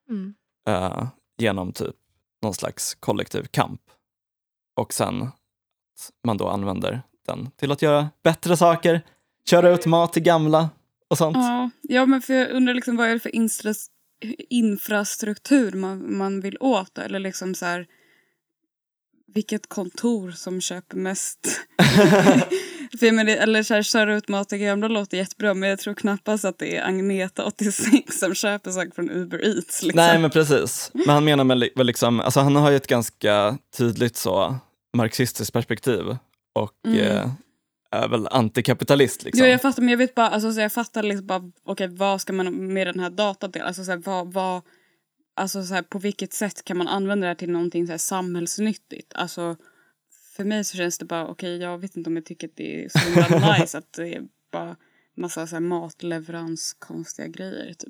genom typ någon slags kollektiv kamp. Och sen att man då använder den till att göra bättre saker, köra ut mat till gamla och sånt. Ja, men för jag undrar liksom, vad är det för infrastruktur man vill åt? Eller liksom så här, vilket kontor som köper mest? Eller så här, köra ut mat till gamla låter jättebra, men jag tror knappast att det är Agneta 86 som köper saker från Uber Eats. Liksom. Nej, men precis. Men han menar väl liksom, alltså han har ju ett ganska tydligt så marxistiskt perspektiv och är väl antikapitalist liksom. Jo, jag fattar, men jag vet bara, alltså så jag fattar liksom bara, okej, vad ska man med den här datadelen? Alltså så här, alltså så här, på vilket sätt kan man använda det här till någonting så här samhällsnyttigt? Alltså för mig så känns det bara, okej, jag vet inte om jag tycker att det är så himla nice att det är bara massa så här matleverans konstiga grejer typ.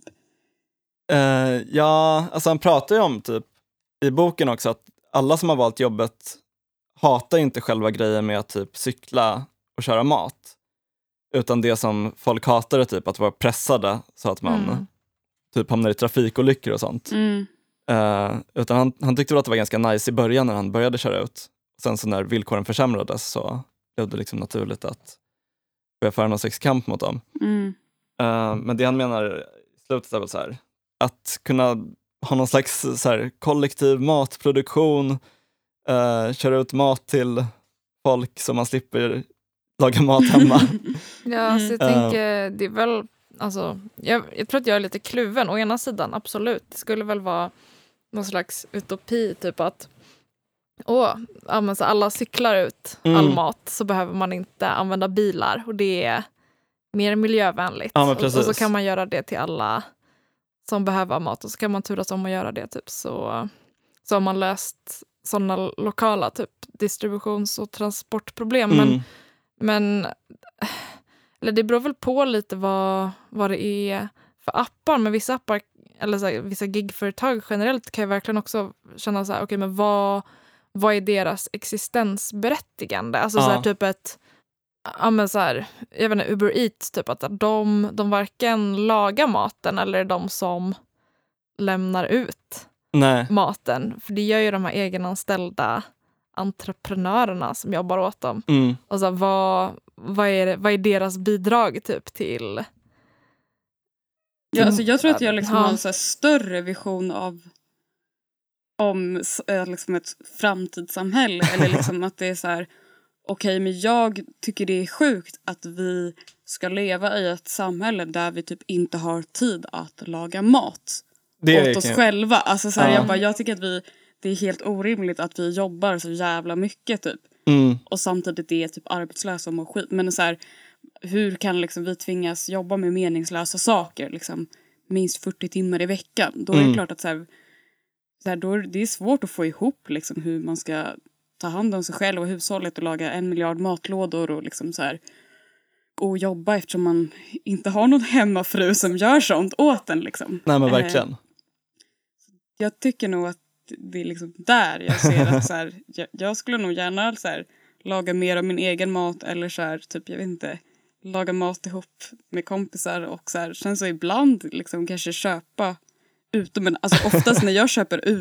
Ja, alltså han pratar ju om typ i boken också att alla som har valt jobbet hatar inte själva grejen med att typ cykla och köra mat. Utan det som folk hatar är typ att vara pressade så att man typ hamnar i trafikolyckor och sånt. Utan han tyckte att det var ganska nice i början när han började köra ut. Sen så när villkoren försämrades så blev det liksom naturligt att börja föra någon slags kamp mot dem. Men det han menar i slutet är väl så här, att kunna ha någon slags så här kollektiv matproduktion, köra ut mat till folk så man slipper laga mat hemma. Ja, så jag tänker, det är väl, alltså, jag tror att jag är lite kluven. Å ena sidan, absolut, det skulle väl vara någon slags utopi, typ att så alla cyklar ut all mat, så behöver man inte använda bilar och det är mer miljövänligt. Ja, och så kan man göra det till alla som behöver mat och så kan man turas om att göra det typ, så har man löst sådana lokala typ distributions- och transportproblem. Men eller det beror väl på lite vad det är för appar, men vissa appar eller så här, vissa gigföretag generellt kan ju verkligen också känna så här, okej, men vad är deras existensberättigande? Alltså så här, typ ett, ja men så här, jag vet inte, Uber Eats, typ att de varken lagar maten eller de som lämnar ut maten. För det gör ju de här egenanställda entreprenörerna som jobbar åt dem. Och så vad är deras bidrag typ till? Ja, alltså jag tror att jag liksom har en så här större vision om liksom ett framtidssamhälle. Eller liksom att det är så här, okej, men jag tycker det är sjukt att vi ska leva i ett samhälle där vi typ inte har tid att laga mat åt oss själva. Alltså så här, jag tycker att det är helt orimligt att vi jobbar så jävla mycket typ. Och samtidigt är typ arbetslösa och mår skit. Men så här, hur kan liksom vi tvingas jobba med meningslösa saker liksom minst 40 timmar i veckan? Då är det klart att så här, då det är svårt att få ihop liksom hur man ska ta hand om sig själv och hushållet och laga 1 miljard matlådor och liksom så här och jobba eftersom man inte har någon hemmafru som gör sånt åt en liksom. Nej, men verkligen. Jag tycker nog att det är liksom där jag ser att så här, jag skulle nog gärna så här, laga mer av min egen mat eller så här, typ jag vet inte, laga mat ihop med kompisar och så här, sen så ibland liksom kanske köpa ute, men alltså oftast när jag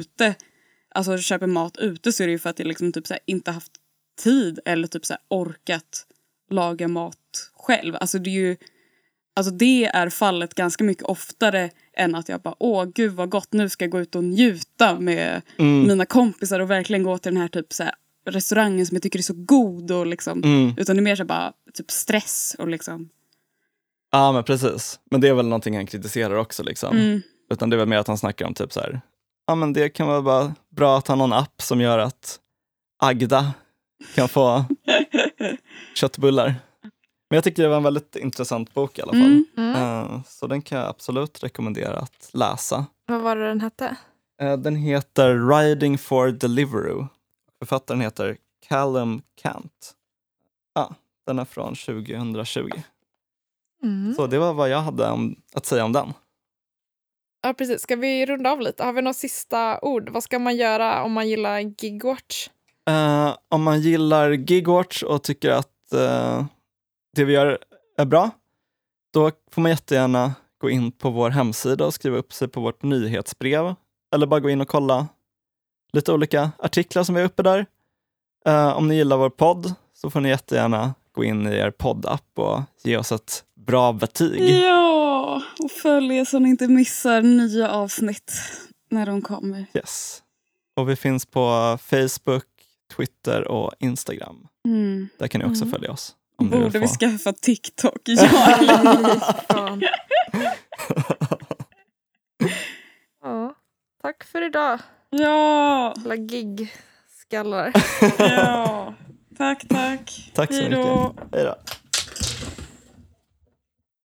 köper mat ute så är det ju för att jag liksom typ så här, inte haft tid eller typ så här, orkat laga mat själv. Alltså det är ju, alltså det är fallet ganska mycket oftare än att jag bara, gud vad gott, nu ska jag gå ut och njuta med mina kompisar och verkligen gå till den här typ så här restaurangen som jag tycker är så god och liksom, utan det är mer så bara typ stress och liksom. Ja, men precis. Men det är väl någonting han kritiserar också liksom. Utan det är väl mer att han snackar om typ så här, ja men det kan vara bara bra att ha någon app som gör att Agda kan få köttbullar. Men jag tycker det var en väldigt intressant bok i alla fall. Så den kan jag absolut rekommendera att läsa. Vad var det den hette? Den heter Riding for Deliveroo. Författaren heter Callum Kant. Ja, den är från 2020. Så det var vad jag hade att säga om den. Ja, precis. Ska vi runda av lite? Har vi några sista ord? Vad ska man göra om man gillar Gigwatch? Om man gillar Gigwatch och tycker att det vi gör är bra, då får man jättegärna gå in på vår hemsida och skriva upp sig på vårt nyhetsbrev. Eller bara gå in och kolla lite olika artiklar som vi har uppe där. Om ni gillar vår podd så får ni jättegärna gå in i er poddapp och ge oss ett bra betyg. Ja, och följ så ni inte missar nya avsnitt när de kommer. Yes. Och vi finns på Facebook, Twitter och Instagram. Där kan ni också följa oss. Om Borde vi få. skaffa TikTok? Ja, Fan. Ja, tack för idag. ja, Alla gig-skallar. ja. Tack. Tack så Hej då. mycket. Hej då.